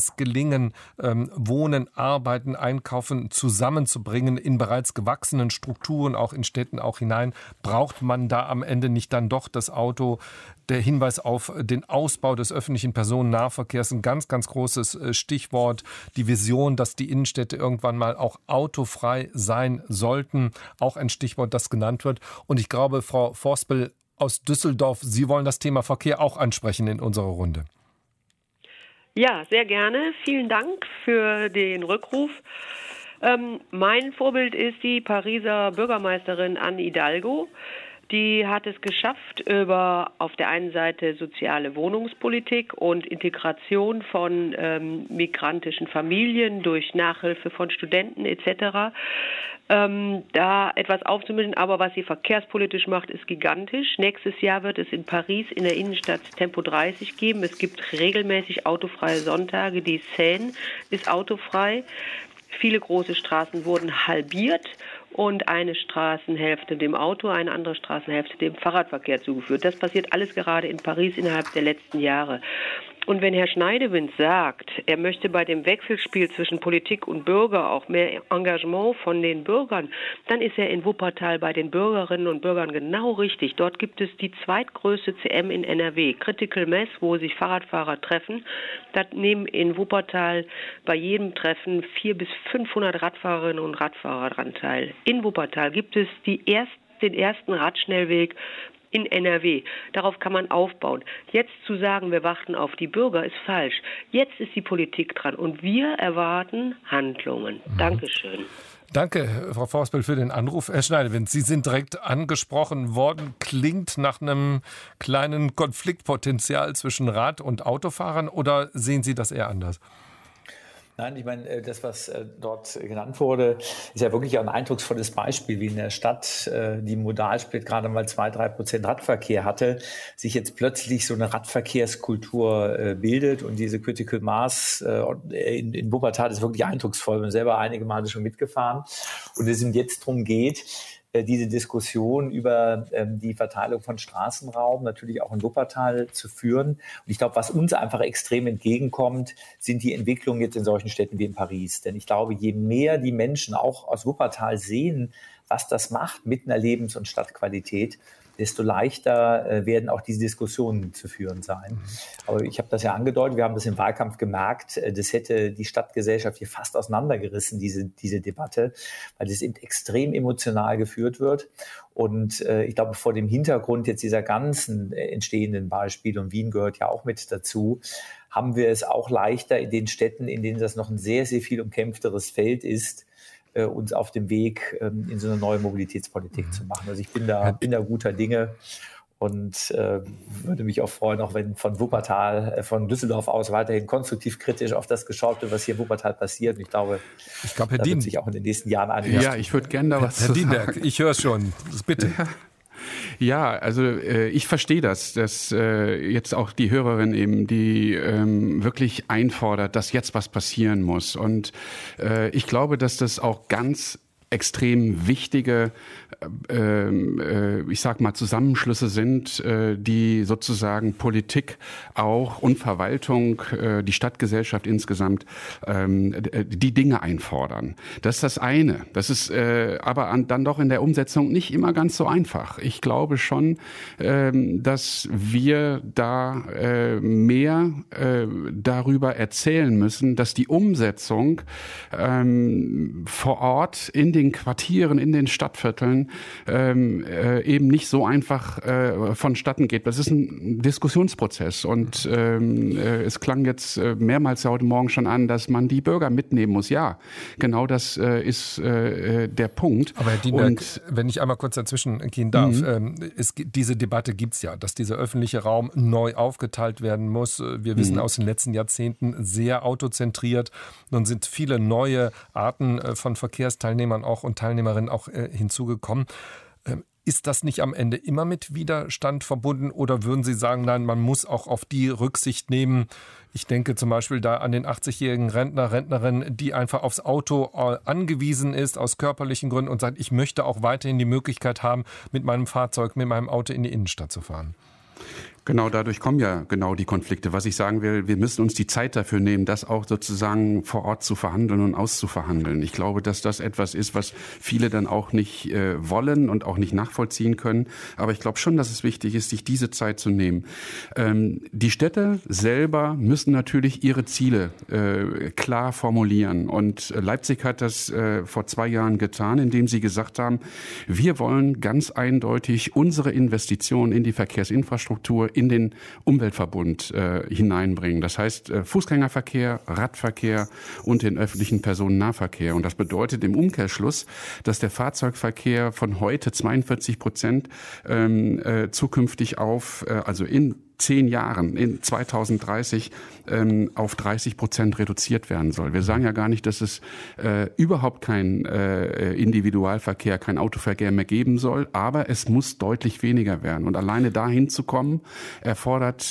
das gelingen, Wohnen, Arbeiten, Einkaufen zusammenzubringen in bereits gewachsenen Strukturen, auch in Städten auch hinein? Braucht man da am Ende nicht dann doch das Auto? Der Hinweis auf den Ausbau des öffentlichen Personennahverkehrs, ein ganz, ganz großes Stichwort. Die Vision, dass die Innenstädte irgendwann mal auch autofrei sein sollten, auch ein Stichwort, das genannt wird. Und ich glaube, Frau Vorspel aus Düsseldorf, Sie wollen das Thema Verkehr auch ansprechen in unserer Runde. Ja, sehr gerne. Vielen Dank für den Rückruf. Mein Vorbild ist die Pariser Bürgermeisterin Anne Hidalgo. Die hat es geschafft, über auf der einen Seite soziale Wohnungspolitik und Integration von migrantischen Familien durch Nachhilfe von Studenten etc. Da etwas aufzumischen. Aber was sie verkehrspolitisch macht, ist gigantisch. Nächstes Jahr wird es in Paris in der Innenstadt Tempo 30 geben. Es gibt regelmäßig autofreie Sonntage. Die Seine ist autofrei. Viele große Straßen wurden halbiert und eine Straßenhälfte dem Auto, eine andere Straßenhälfte dem Fahrradverkehr zugeführt. Das passiert alles gerade in Paris innerhalb der letzten Jahre. Und wenn Herr Schneidewind sagt, er möchte bei dem Wechselspiel zwischen Politik und Bürger auch mehr Engagement von den Bürgern, dann ist er in Wuppertal bei den Bürgerinnen und Bürgern genau richtig. Dort gibt es die zweitgrößte CM in NRW, Critical Mass, wo sich Fahrradfahrer treffen. Da nehmen in Wuppertal bei jedem Treffen 400 bis 500 Radfahrerinnen und Radfahrer daran teil. In Wuppertal gibt es den ersten Radschnellweg in NRW. Darauf kann man aufbauen. Jetzt zu sagen, wir warten auf die Bürger, ist falsch. Jetzt ist die Politik dran und wir erwarten Handlungen. Dankeschön. Danke, Frau Vorspel, für den Anruf. Herr Schneidewind, Sie sind direkt angesprochen worden. Klingt nach einem kleinen Konfliktpotenzial zwischen Rad- und Autofahrern oder sehen Sie das eher anders? Nein, ich meine, das, was dort genannt wurde, ist ja wirklich ein eindrucksvolles Beispiel, wie in der Stadt, die Modalsplit gerade mal 2-3% Radverkehr hatte, sich jetzt plötzlich so eine Radverkehrskultur bildet und diese Critical Mass in Wuppertal ist wirklich eindrucksvoll. Ich bin selber einige Male schon mitgefahren und es ihm jetzt darum geht, diese Diskussion über die Verteilung von Straßenraum natürlich auch in Wuppertal zu führen. Und ich glaube, was uns einfach extrem entgegenkommt, sind die Entwicklungen jetzt in solchen Städten wie in Paris. Denn ich glaube, je mehr die Menschen auch aus Wuppertal sehen, was das macht mit einer Lebens- und Stadtqualität, desto leichter werden auch diese Diskussionen zu führen sein. Aber ich habe das ja angedeutet, wir haben das im Wahlkampf gemerkt, das hätte die Stadtgesellschaft hier fast auseinandergerissen, diese Debatte, weil das eben extrem emotional geführt wird. Und ich glaube, vor dem Hintergrund jetzt dieser ganzen entstehenden Beispiele, und Wien gehört ja auch mit dazu, haben wir es auch leichter in den Städten, in denen das noch ein sehr, sehr viel umkämpfteres Feld ist, uns auf dem Weg in so eine neue Mobilitätspolitik zu machen. Also ich bin da guter Dinge und würde mich auch freuen, auch wenn von Wuppertal, von Düsseldorf aus weiterhin konstruktiv kritisch auf das geschaut wird, was hier in Wuppertal passiert. Und ich glaube, Herr da wird sich auch in den nächsten Jahren einiges. Ja, ich würde gerne da was Herr Dienberg, ich höre schon. Bitte. Ja, also ich verstehe das, dass jetzt auch die Hörerin eben, die wirklich einfordert, dass jetzt was passieren muss. Und ich glaube, dass das auch ganz extrem wichtige, ich sag mal, Zusammenschlüsse sind, die sozusagen Politik auch und Verwaltung, die Stadtgesellschaft insgesamt, die Dinge einfordern. Das ist das eine. Das ist aber dann doch in der Umsetzung nicht immer ganz so einfach. Ich glaube schon, dass wir da mehr darüber erzählen müssen, dass die Umsetzung vor Ort in den Quartieren, in den Stadtvierteln eben nicht so einfach vonstatten geht. Das ist ein Diskussionsprozess und es klang jetzt mehrmals heute Morgen schon an, dass man die Bürger mitnehmen muss. Ja, genau das ist der Punkt. Aber Herr Dienberg, wenn ich einmal kurz dazwischen gehen darf, diese Debatte gibt es ja, dass dieser öffentliche Raum neu aufgeteilt werden muss. Wir wissen aus den letzten Jahrzehnten sehr autozentriert. Nun sind viele neue Arten von Verkehrsteilnehmern und Teilnehmerinnen auch hinzugekommen. Ist das nicht am Ende immer mit Widerstand verbunden oder würden Sie sagen, nein, man muss auch auf die Rücksicht nehmen? Ich denke zum Beispiel da an den 80-jährigen Rentner, Rentnerin, die einfach aufs Auto angewiesen ist aus körperlichen Gründen und sagt, ich möchte auch weiterhin die Möglichkeit haben, mit meinem Fahrzeug, mit meinem Auto in die Innenstadt zu fahren. Genau, dadurch kommen ja genau die Konflikte. Was ich sagen will, wir müssen uns die Zeit dafür nehmen, das auch sozusagen vor Ort zu verhandeln und auszuverhandeln. Ich glaube, dass das etwas ist, was viele dann auch nicht wollen und auch nicht nachvollziehen können. Aber ich glaube schon, dass es wichtig ist, sich diese Zeit zu nehmen. Die Städte selber müssen natürlich ihre Ziele klar formulieren. Und Leipzig hat das vor 2 Jahren getan, indem sie gesagt haben, wir wollen ganz eindeutig unsere Investitionen in die Verkehrsinfrastruktur in den Umweltverbund hineinbringen. Das heißt Fußgängerverkehr, Radverkehr und den öffentlichen Personennahverkehr. Und das bedeutet im Umkehrschluss, dass der Fahrzeugverkehr von heute 42% zukünftig also in 10 Jahren, in 2030, auf 30% reduziert werden soll. Wir sagen ja gar nicht, dass es überhaupt keinen Individualverkehr, kein Autoverkehr mehr geben soll, aber es muss deutlich weniger werden. Und alleine dahin zu kommen, erfordert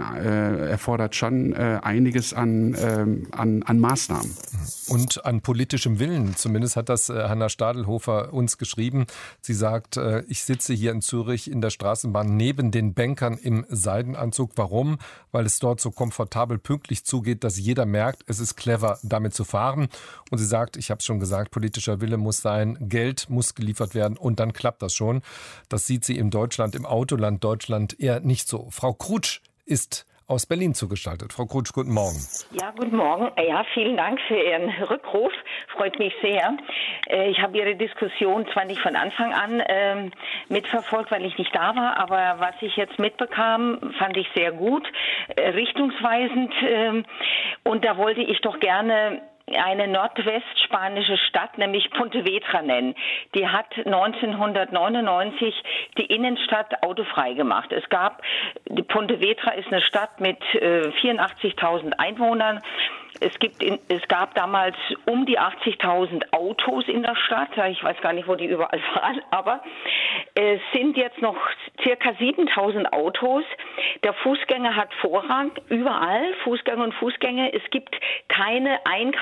schon einiges an Maßnahmen. Und an politischem Willen. Zumindest hat das Hanna Stadelhofer uns geschrieben. Sie sagt, ich sitze hier in Zürich in der Straßenbahn neben den Bankern im Seidenanzug. Warum? Weil es dort so komfortabel pünktlich zugeht, dass jeder merkt, es ist clever, damit zu fahren. Und sie sagt, ich habe es schon gesagt, politischer Wille muss sein, Geld muss geliefert werden und dann klappt das schon. Das sieht sie im Autoland Deutschland eher nicht so. Frau Krutsch ist aus Berlin zugeschaltet. Frau Krutsch, guten Morgen. Ja, guten Morgen. Ja, vielen Dank für Ihren Rückruf. Freut mich sehr. Ich habe Ihre Diskussion zwar nicht von Anfang an mitverfolgt, weil ich nicht da war, aber was ich jetzt mitbekam, fand ich sehr gut, richtungsweisend. Und da wollte ich doch gerne eine nordwestspanische Stadt, nämlich Pontevedra nennen. Die hat 1999 die Innenstadt autofrei gemacht. Pontevedra ist eine Stadt mit 84.000 Einwohnern. Es gab damals um die 80.000 Autos in der Stadt. Ich weiß gar nicht, wo die überall waren, aber es sind jetzt noch circa 7.000 Autos. Der Fußgänger hat Vorrang, überall, Fußgänger und Fußgänger. Es gibt keine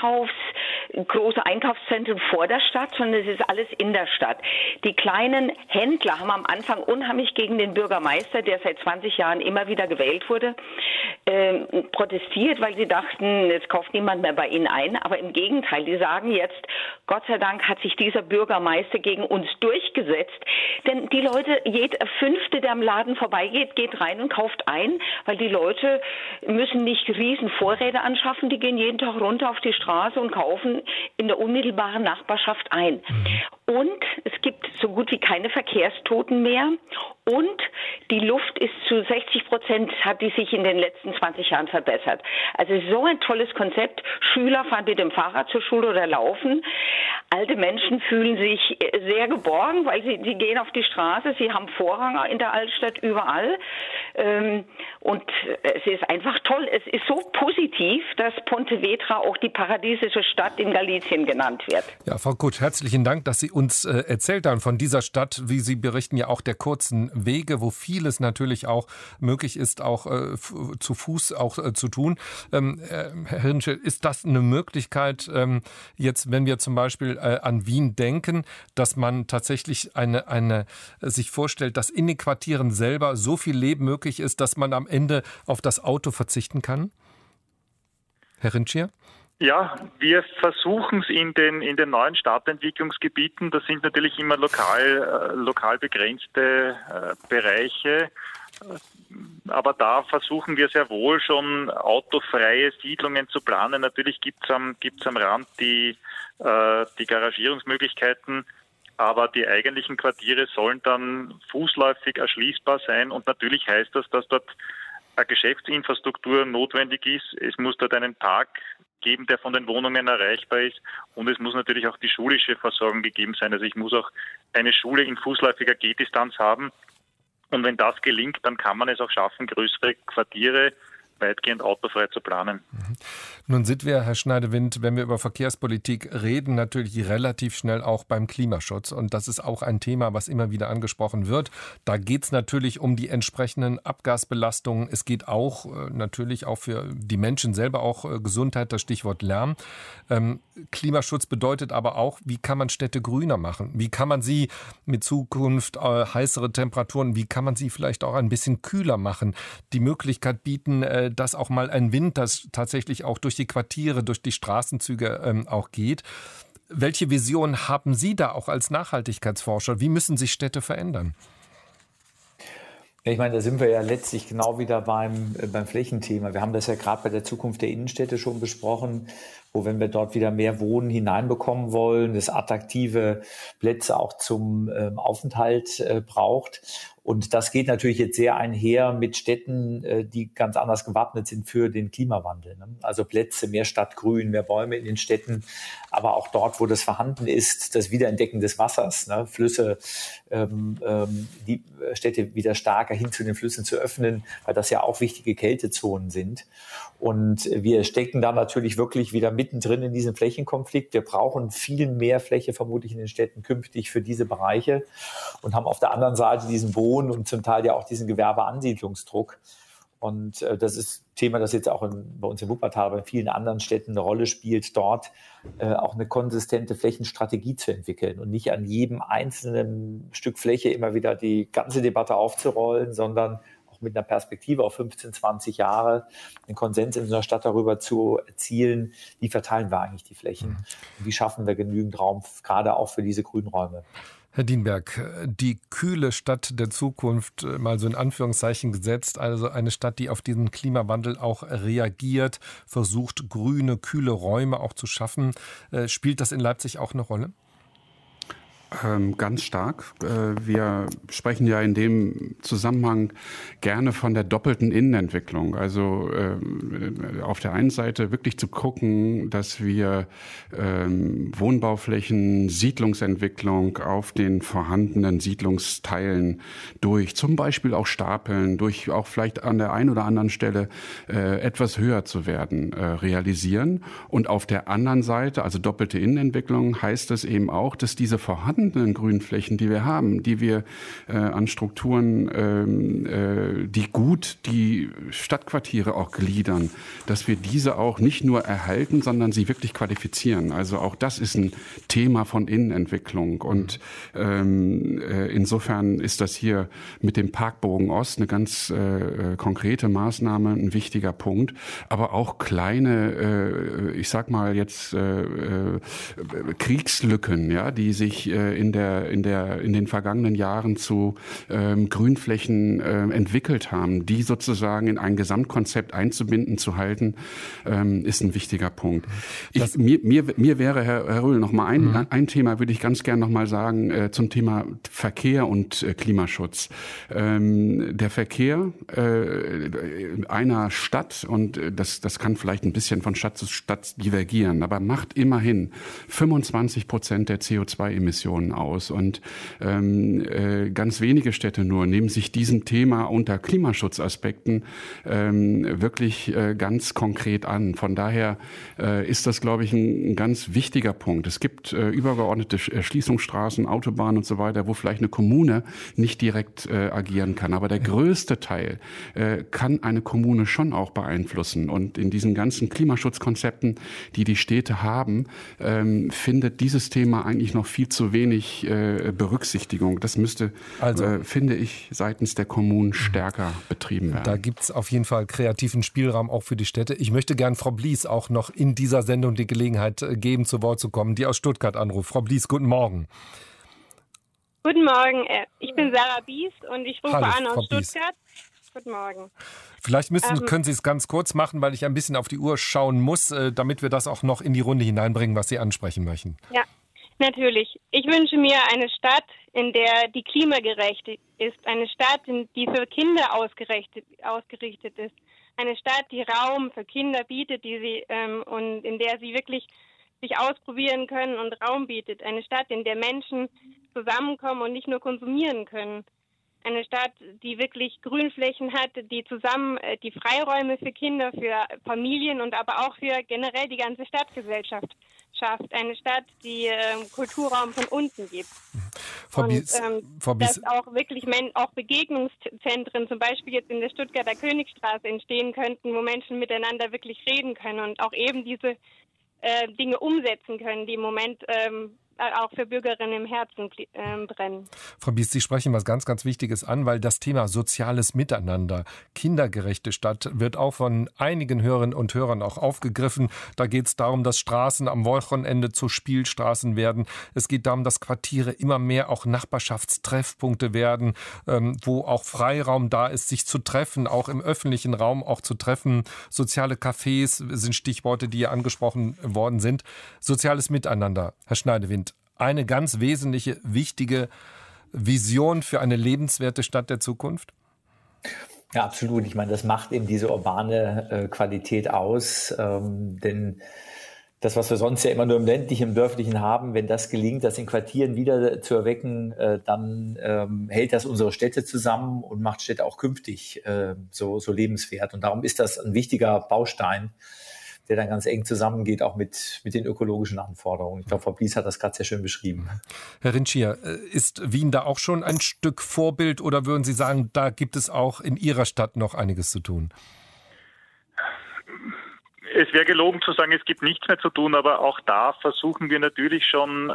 große Einkaufszentren vor der Stadt, sondern es ist alles in der Stadt. Die kleinen Händler haben am Anfang unheimlich gegen den Bürgermeister, der seit 20 Jahren immer wieder gewählt wurde, protestiert, weil sie dachten, jetzt kauft niemand mehr bei ihnen ein. Aber im Gegenteil, die sagen jetzt, Gott sei Dank hat sich dieser Bürgermeister gegen uns durchgesetzt. Denn die Leute, jeder Fünfte, der am Laden vorbeigeht, geht rein und kauft ein, weil die Leute müssen nicht riesen Vorräte anschaffen, die gehen jeden Tag runter auf die Straße und kaufen in der unmittelbaren Nachbarschaft ein. Und es gibt so gut wie keine Verkehrstoten mehr. Und die Luft ist zu 60%, hat die sich in den letzten 20 Jahren verbessert. Also so ein tolles Konzept. Schüler fahren mit dem Fahrrad zur Schule oder laufen. Alte Menschen fühlen sich sehr geborgen, weil sie gehen auf die Straße. Sie haben Vorrang in der Altstadt überall. Und es ist einfach toll. Es ist so positiv, dass Pontevedra auch die paradiesische Stadt in Galicien genannt wird. Ja, Frau Kutsch, herzlichen Dank, dass Sie uns erzählt haben von dieser Stadt, wie Sie berichten, ja auch der kurzen Wege, wo vieles natürlich auch möglich ist, auch zu Fuß auch zu tun. Herr Hirnschel, ist das eine Möglichkeit, jetzt, wenn wir zum Beispiel an Wien denken, dass man tatsächlich sich vorstellt, dass in den Quartieren selber so viel Leben möglich ist, dass man am Ende auf das Auto verzichten kann? Herr Rintschier? Ja, wir versuchen es in den neuen Stadtentwicklungsgebieten. Das sind natürlich immer lokal begrenzte Bereiche. Aber da versuchen wir sehr wohl schon autofreie Siedlungen zu planen. Natürlich gibt's am Rand die Garagierungsmöglichkeiten, aber die eigentlichen Quartiere sollen dann fußläufig erschließbar sein. Und natürlich heißt das, dass dort eine Geschäftsinfrastruktur notwendig ist. Es muss dort einen Park geben, der von den Wohnungen erreichbar ist. Und es muss natürlich auch die schulische Versorgung gegeben sein. Also ich muss auch eine Schule in fußläufiger Gehdistanz haben. Und wenn das gelingt, dann kann man es auch schaffen, größere Quartiere weitgehend autofrei zu planen. Nun sind wir, Herr Schneidewind, wenn wir über Verkehrspolitik reden, natürlich relativ schnell auch beim Klimaschutz. Und das ist auch ein Thema, was immer wieder angesprochen wird. Da geht es natürlich um die entsprechenden Abgasbelastungen. Es geht auch natürlich auch für die Menschen selber auch Gesundheit, das Stichwort Lärm. Klimaschutz bedeutet aber auch, wie kann man Städte grüner machen? Wie kann man sie mit Zukunft heißere Temperaturen, wie kann man sie vielleicht auch ein bisschen kühler machen? Die Möglichkeit bieten, dass auch mal ein Wind, das tatsächlich auch durch die Quartiere, durch die Straßenzüge auch geht. Welche Vision haben Sie da auch als Nachhaltigkeitsforscher? Wie müssen sich Städte verändern? Ich meine, da sind wir ja letztlich genau wieder beim Flächenthema. Wir haben das ja gerade bei der Zukunft der Innenstädte schon besprochen, wo, wenn wir dort wieder mehr Wohnen hineinbekommen wollen, es attraktive Plätze auch zum Aufenthalt braucht. Und das geht natürlich jetzt sehr einher mit Städten, die ganz anders gewappnet sind für den Klimawandel. Ne? Also Plätze, mehr Stadtgrün, mehr Bäume in den Städten, aber auch dort, wo das vorhanden ist, das Wiederentdecken des Wassers, ne? Flüsse, die Städte wieder stärker hin zu den Flüssen zu öffnen, weil das ja auch wichtige Kältezonen sind. Und wir stecken da natürlich wirklich wieder mittendrin in diesem Flächenkonflikt. Wir brauchen viel mehr Fläche vermutlich in den Städten künftig für diese Bereiche und haben auf der anderen Seite diesen Wohn- und zum Teil ja auch diesen Gewerbeansiedlungsdruck. Und das ist ein Thema, das jetzt auch bei uns in Wuppertal, aber in vielen anderen Städten eine Rolle spielt, dort auch eine konsistente Flächenstrategie zu entwickeln und nicht an jedem einzelnen Stück Fläche immer wieder die ganze Debatte aufzurollen, sondern auch mit einer Perspektive auf 15, 20 Jahre einen Konsens in so einer Stadt darüber zu erzielen, wie verteilen wir eigentlich die Flächen und wie schaffen wir genügend Raum, gerade auch für diese grünen Räume. Herr Dienberg, die kühle Stadt der Zukunft, mal so in Anführungszeichen gesetzt, also eine Stadt, die auf diesen Klimawandel auch reagiert, versucht, grüne, kühle Räume auch zu schaffen. Spielt das in Leipzig auch eine Rolle? Ganz stark. Wir sprechen ja in dem Zusammenhang gerne von der doppelten Innenentwicklung. Also auf der einen Seite wirklich zu gucken, dass wir Wohnbauflächen, Siedlungsentwicklung auf den vorhandenen Siedlungsteilen durch zum Beispiel auch Stapeln, durch auch vielleicht an der einen oder anderen Stelle etwas höher zu werden, realisieren. Und auf der anderen Seite, also doppelte Innenentwicklung, heißt es eben auch, dass diese vorhandenen Grünflächen, die wir haben, die wir an Strukturen, die gut die Stadtquartiere auch gliedern, dass wir diese auch nicht nur erhalten, sondern sie wirklich qualifizieren. Also auch das ist ein Thema von Innenentwicklung. Und insofern ist das hier mit dem Parkbogen Ost eine ganz konkrete Maßnahme, ein wichtiger Punkt. Aber auch kleine, ich sag mal jetzt Kriegslücken, ja, die sich in den vergangenen Jahren zu Grünflächen entwickelt haben, die sozusagen in ein Gesamtkonzept einzubinden, zu halten, ist ein wichtiger Punkt. Mir wäre, Herr Röhl, noch mal ein Thema, würde ich ganz gern noch mal sagen, zum Thema Verkehr und Klimaschutz. Der Verkehr einer Stadt, und das kann vielleicht ein bisschen von Stadt zu Stadt divergieren, aber macht immerhin 25% der CO2-Emissionen aus. Und ganz wenige Städte nur nehmen sich diesem Thema unter Klimaschutzaspekten wirklich ganz konkret an. Von daher ist das, glaube ich, ein ganz wichtiger Punkt. Es gibt übergeordnete Erschließungsstraßen, Autobahnen und so weiter, wo vielleicht eine Kommune nicht direkt agieren kann. Aber der größte Teil kann eine Kommune schon auch beeinflussen. Und in diesen ganzen Klimaschutzkonzepten, die die Städte haben, findet dieses Thema eigentlich noch viel zu wenig Berücksichtigung. Das müsste, finde ich, seitens der Kommunen stärker betrieben werden. Da gibt es auf jeden Fall kreativen Spielraum auch für die Städte. Ich möchte gern Frau Blies auch noch in dieser Sendung die Gelegenheit geben, zu Wort zu kommen, die aus Stuttgart anruft. Frau Blies, guten Morgen. Guten Morgen, ich bin Sarah Bies und ich rufe an aus Stuttgart. Guten Morgen. Vielleicht können Sie es ganz kurz machen, weil ich ein bisschen auf die Uhr schauen muss, damit wir das auch noch in die Runde hineinbringen, was Sie ansprechen möchten. Ja, natürlich. Ich wünsche mir eine Stadt, in der die klimagerecht ist. Eine Stadt, die für Kinder ausgerichtet ist. Eine Stadt, die Raum für Kinder bietet, und in der sie wirklich sich ausprobieren können und Raum bietet. Eine Stadt, in der Menschen zusammenkommen und nicht nur konsumieren können. Eine Stadt, die wirklich Grünflächen hat, die zusammen die Freiräume für Kinder, für Familien und aber auch für generell die ganze Stadtgesellschaft schafft. Eine Stadt, die Kulturraum von unten gibt. Dass auch wirklich auch Begegnungszentren, zum Beispiel jetzt in der Stuttgarter Königstraße, entstehen könnten, wo Menschen miteinander wirklich reden können und auch eben diese Dinge umsetzen können, die im Moment auch für Bürgerinnen im Herzen brennen. Frau Bies, Sie sprechen was ganz, ganz Wichtiges an, weil das Thema soziales Miteinander, kindergerechte Stadt, wird auch von einigen Hörerinnen und Hörern auch aufgegriffen. Da geht es darum, dass Straßen am Wochenende zu Spielstraßen werden. Es geht darum, dass Quartiere immer mehr auch Nachbarschaftstreffpunkte werden, wo auch Freiraum da ist, sich zu treffen, auch im öffentlichen Raum auch zu treffen. Soziale Cafés sind Stichworte, die hier angesprochen worden sind. Soziales Miteinander, Herr Schneidewind. Eine ganz wesentliche, wichtige Vision für eine lebenswerte Stadt der Zukunft? Ja, absolut. Ich meine, das macht eben diese urbane Qualität aus. Denn das, was wir sonst ja immer nur im ländlichen, im dörflichen haben, wenn das gelingt, das in Quartieren wieder zu erwecken, dann hält das unsere Städte zusammen und macht Städte auch künftig so lebenswert. Und darum ist das ein wichtiger Baustein, der dann ganz eng zusammengeht, auch mit den ökologischen Anforderungen. Ich glaube, Frau Blies hat das gerade sehr schön beschrieben. Herr Rinschier, ist Wien da auch schon ein Stück Vorbild oder würden Sie sagen, da gibt es auch in Ihrer Stadt noch einiges zu tun? Es wäre gelogen zu sagen, es gibt nichts mehr zu tun, aber auch da versuchen wir natürlich schon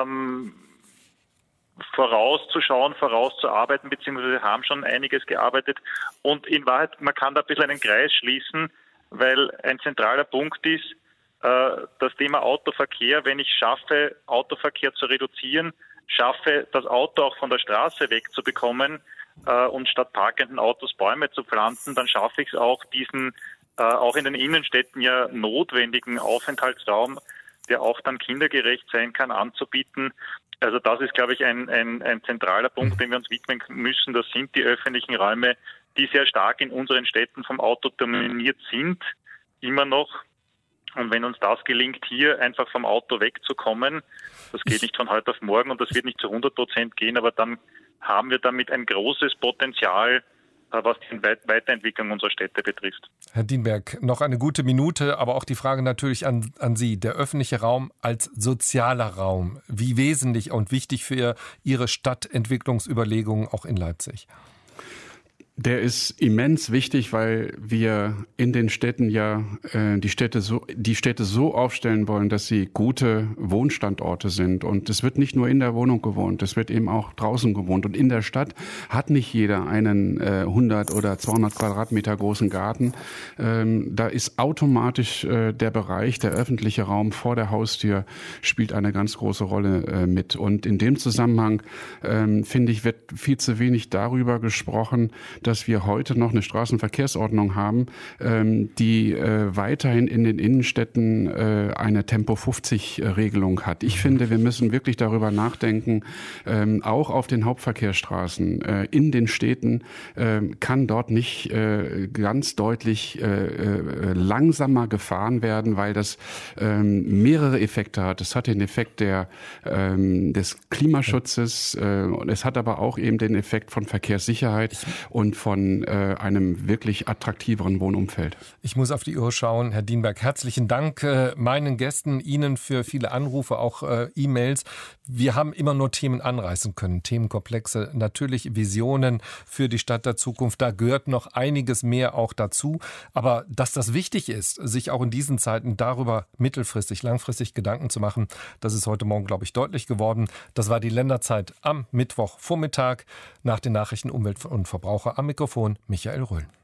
vorauszuschauen, vorauszuarbeiten, beziehungsweise haben schon einiges gearbeitet. Und in Wahrheit, man kann da ein bisschen einen Kreis schließen, weil ein zentraler Punkt ist, das Thema Autoverkehr. Wenn ich schaffe, Autoverkehr zu reduzieren, schaffe, das Auto auch von der Straße wegzubekommen und statt parkenden Autos Bäume zu pflanzen, dann schaffe ich es auch, diesen auch in den Innenstädten ja notwendigen Aufenthaltsraum, der auch dann kindergerecht sein kann, anzubieten. Also das ist, glaube ich, ein zentraler Punkt, dem wir uns widmen müssen. Das sind die öffentlichen Räume, die sehr stark in unseren Städten vom Auto dominiert sind, immer noch. Und wenn uns das gelingt, hier einfach vom Auto wegzukommen, das geht nicht von heute auf morgen und das wird nicht zu 100% gehen, aber dann haben wir damit ein großes Potenzial, was die Weiterentwicklung unserer Städte betrifft. Herr Dienberg, noch eine gute Minute, aber auch die Frage natürlich an Sie. Der öffentliche Raum als sozialer Raum, wie wesentlich und wichtig für Ihre Stadtentwicklungsüberlegungen auch in Leipzig? Der ist immens wichtig, weil wir in den Städten ja die Städte so aufstellen wollen, dass sie gute Wohnstandorte sind. Und es wird nicht nur in der Wohnung gewohnt, es wird eben auch draußen gewohnt. Und in der Stadt hat nicht jeder einen 100 oder 200 Quadratmeter großen Garten. Da ist automatisch der Bereich, der öffentliche Raum vor der Haustür spielt eine ganz große Rolle mit. Und in dem Zusammenhang, finde ich, wird viel zu wenig darüber gesprochen, dass wir heute noch eine Straßenverkehrsordnung haben, die weiterhin in den Innenstädten eine Tempo-50-Regelung hat. Ich finde, wir müssen wirklich darüber nachdenken, auch auf den Hauptverkehrsstraßen in den Städten kann dort nicht ganz deutlich langsamer gefahren werden, weil das mehrere Effekte hat. Es hat den Effekt des Klimaschutzes und es hat aber auch eben den Effekt von Verkehrssicherheit und von einem wirklich attraktiveren Wohnumfeld. Ich muss auf die Uhr schauen. Herr Dienberg, herzlichen Dank meinen Gästen, Ihnen für viele Anrufe, auch E-Mails. Wir haben immer nur Themen anreißen können, Themenkomplexe, natürlich Visionen für die Stadt der Zukunft. Da gehört noch einiges mehr auch dazu. Aber dass das wichtig ist, sich auch in diesen Zeiten darüber mittelfristig, langfristig Gedanken zu machen, das ist heute Morgen, glaube ich, deutlich geworden. Das war die Länderzeit am Mittwochvormittag nach den Nachrichten Umwelt und Verbraucher. Am Mikrofon Michael Röhl.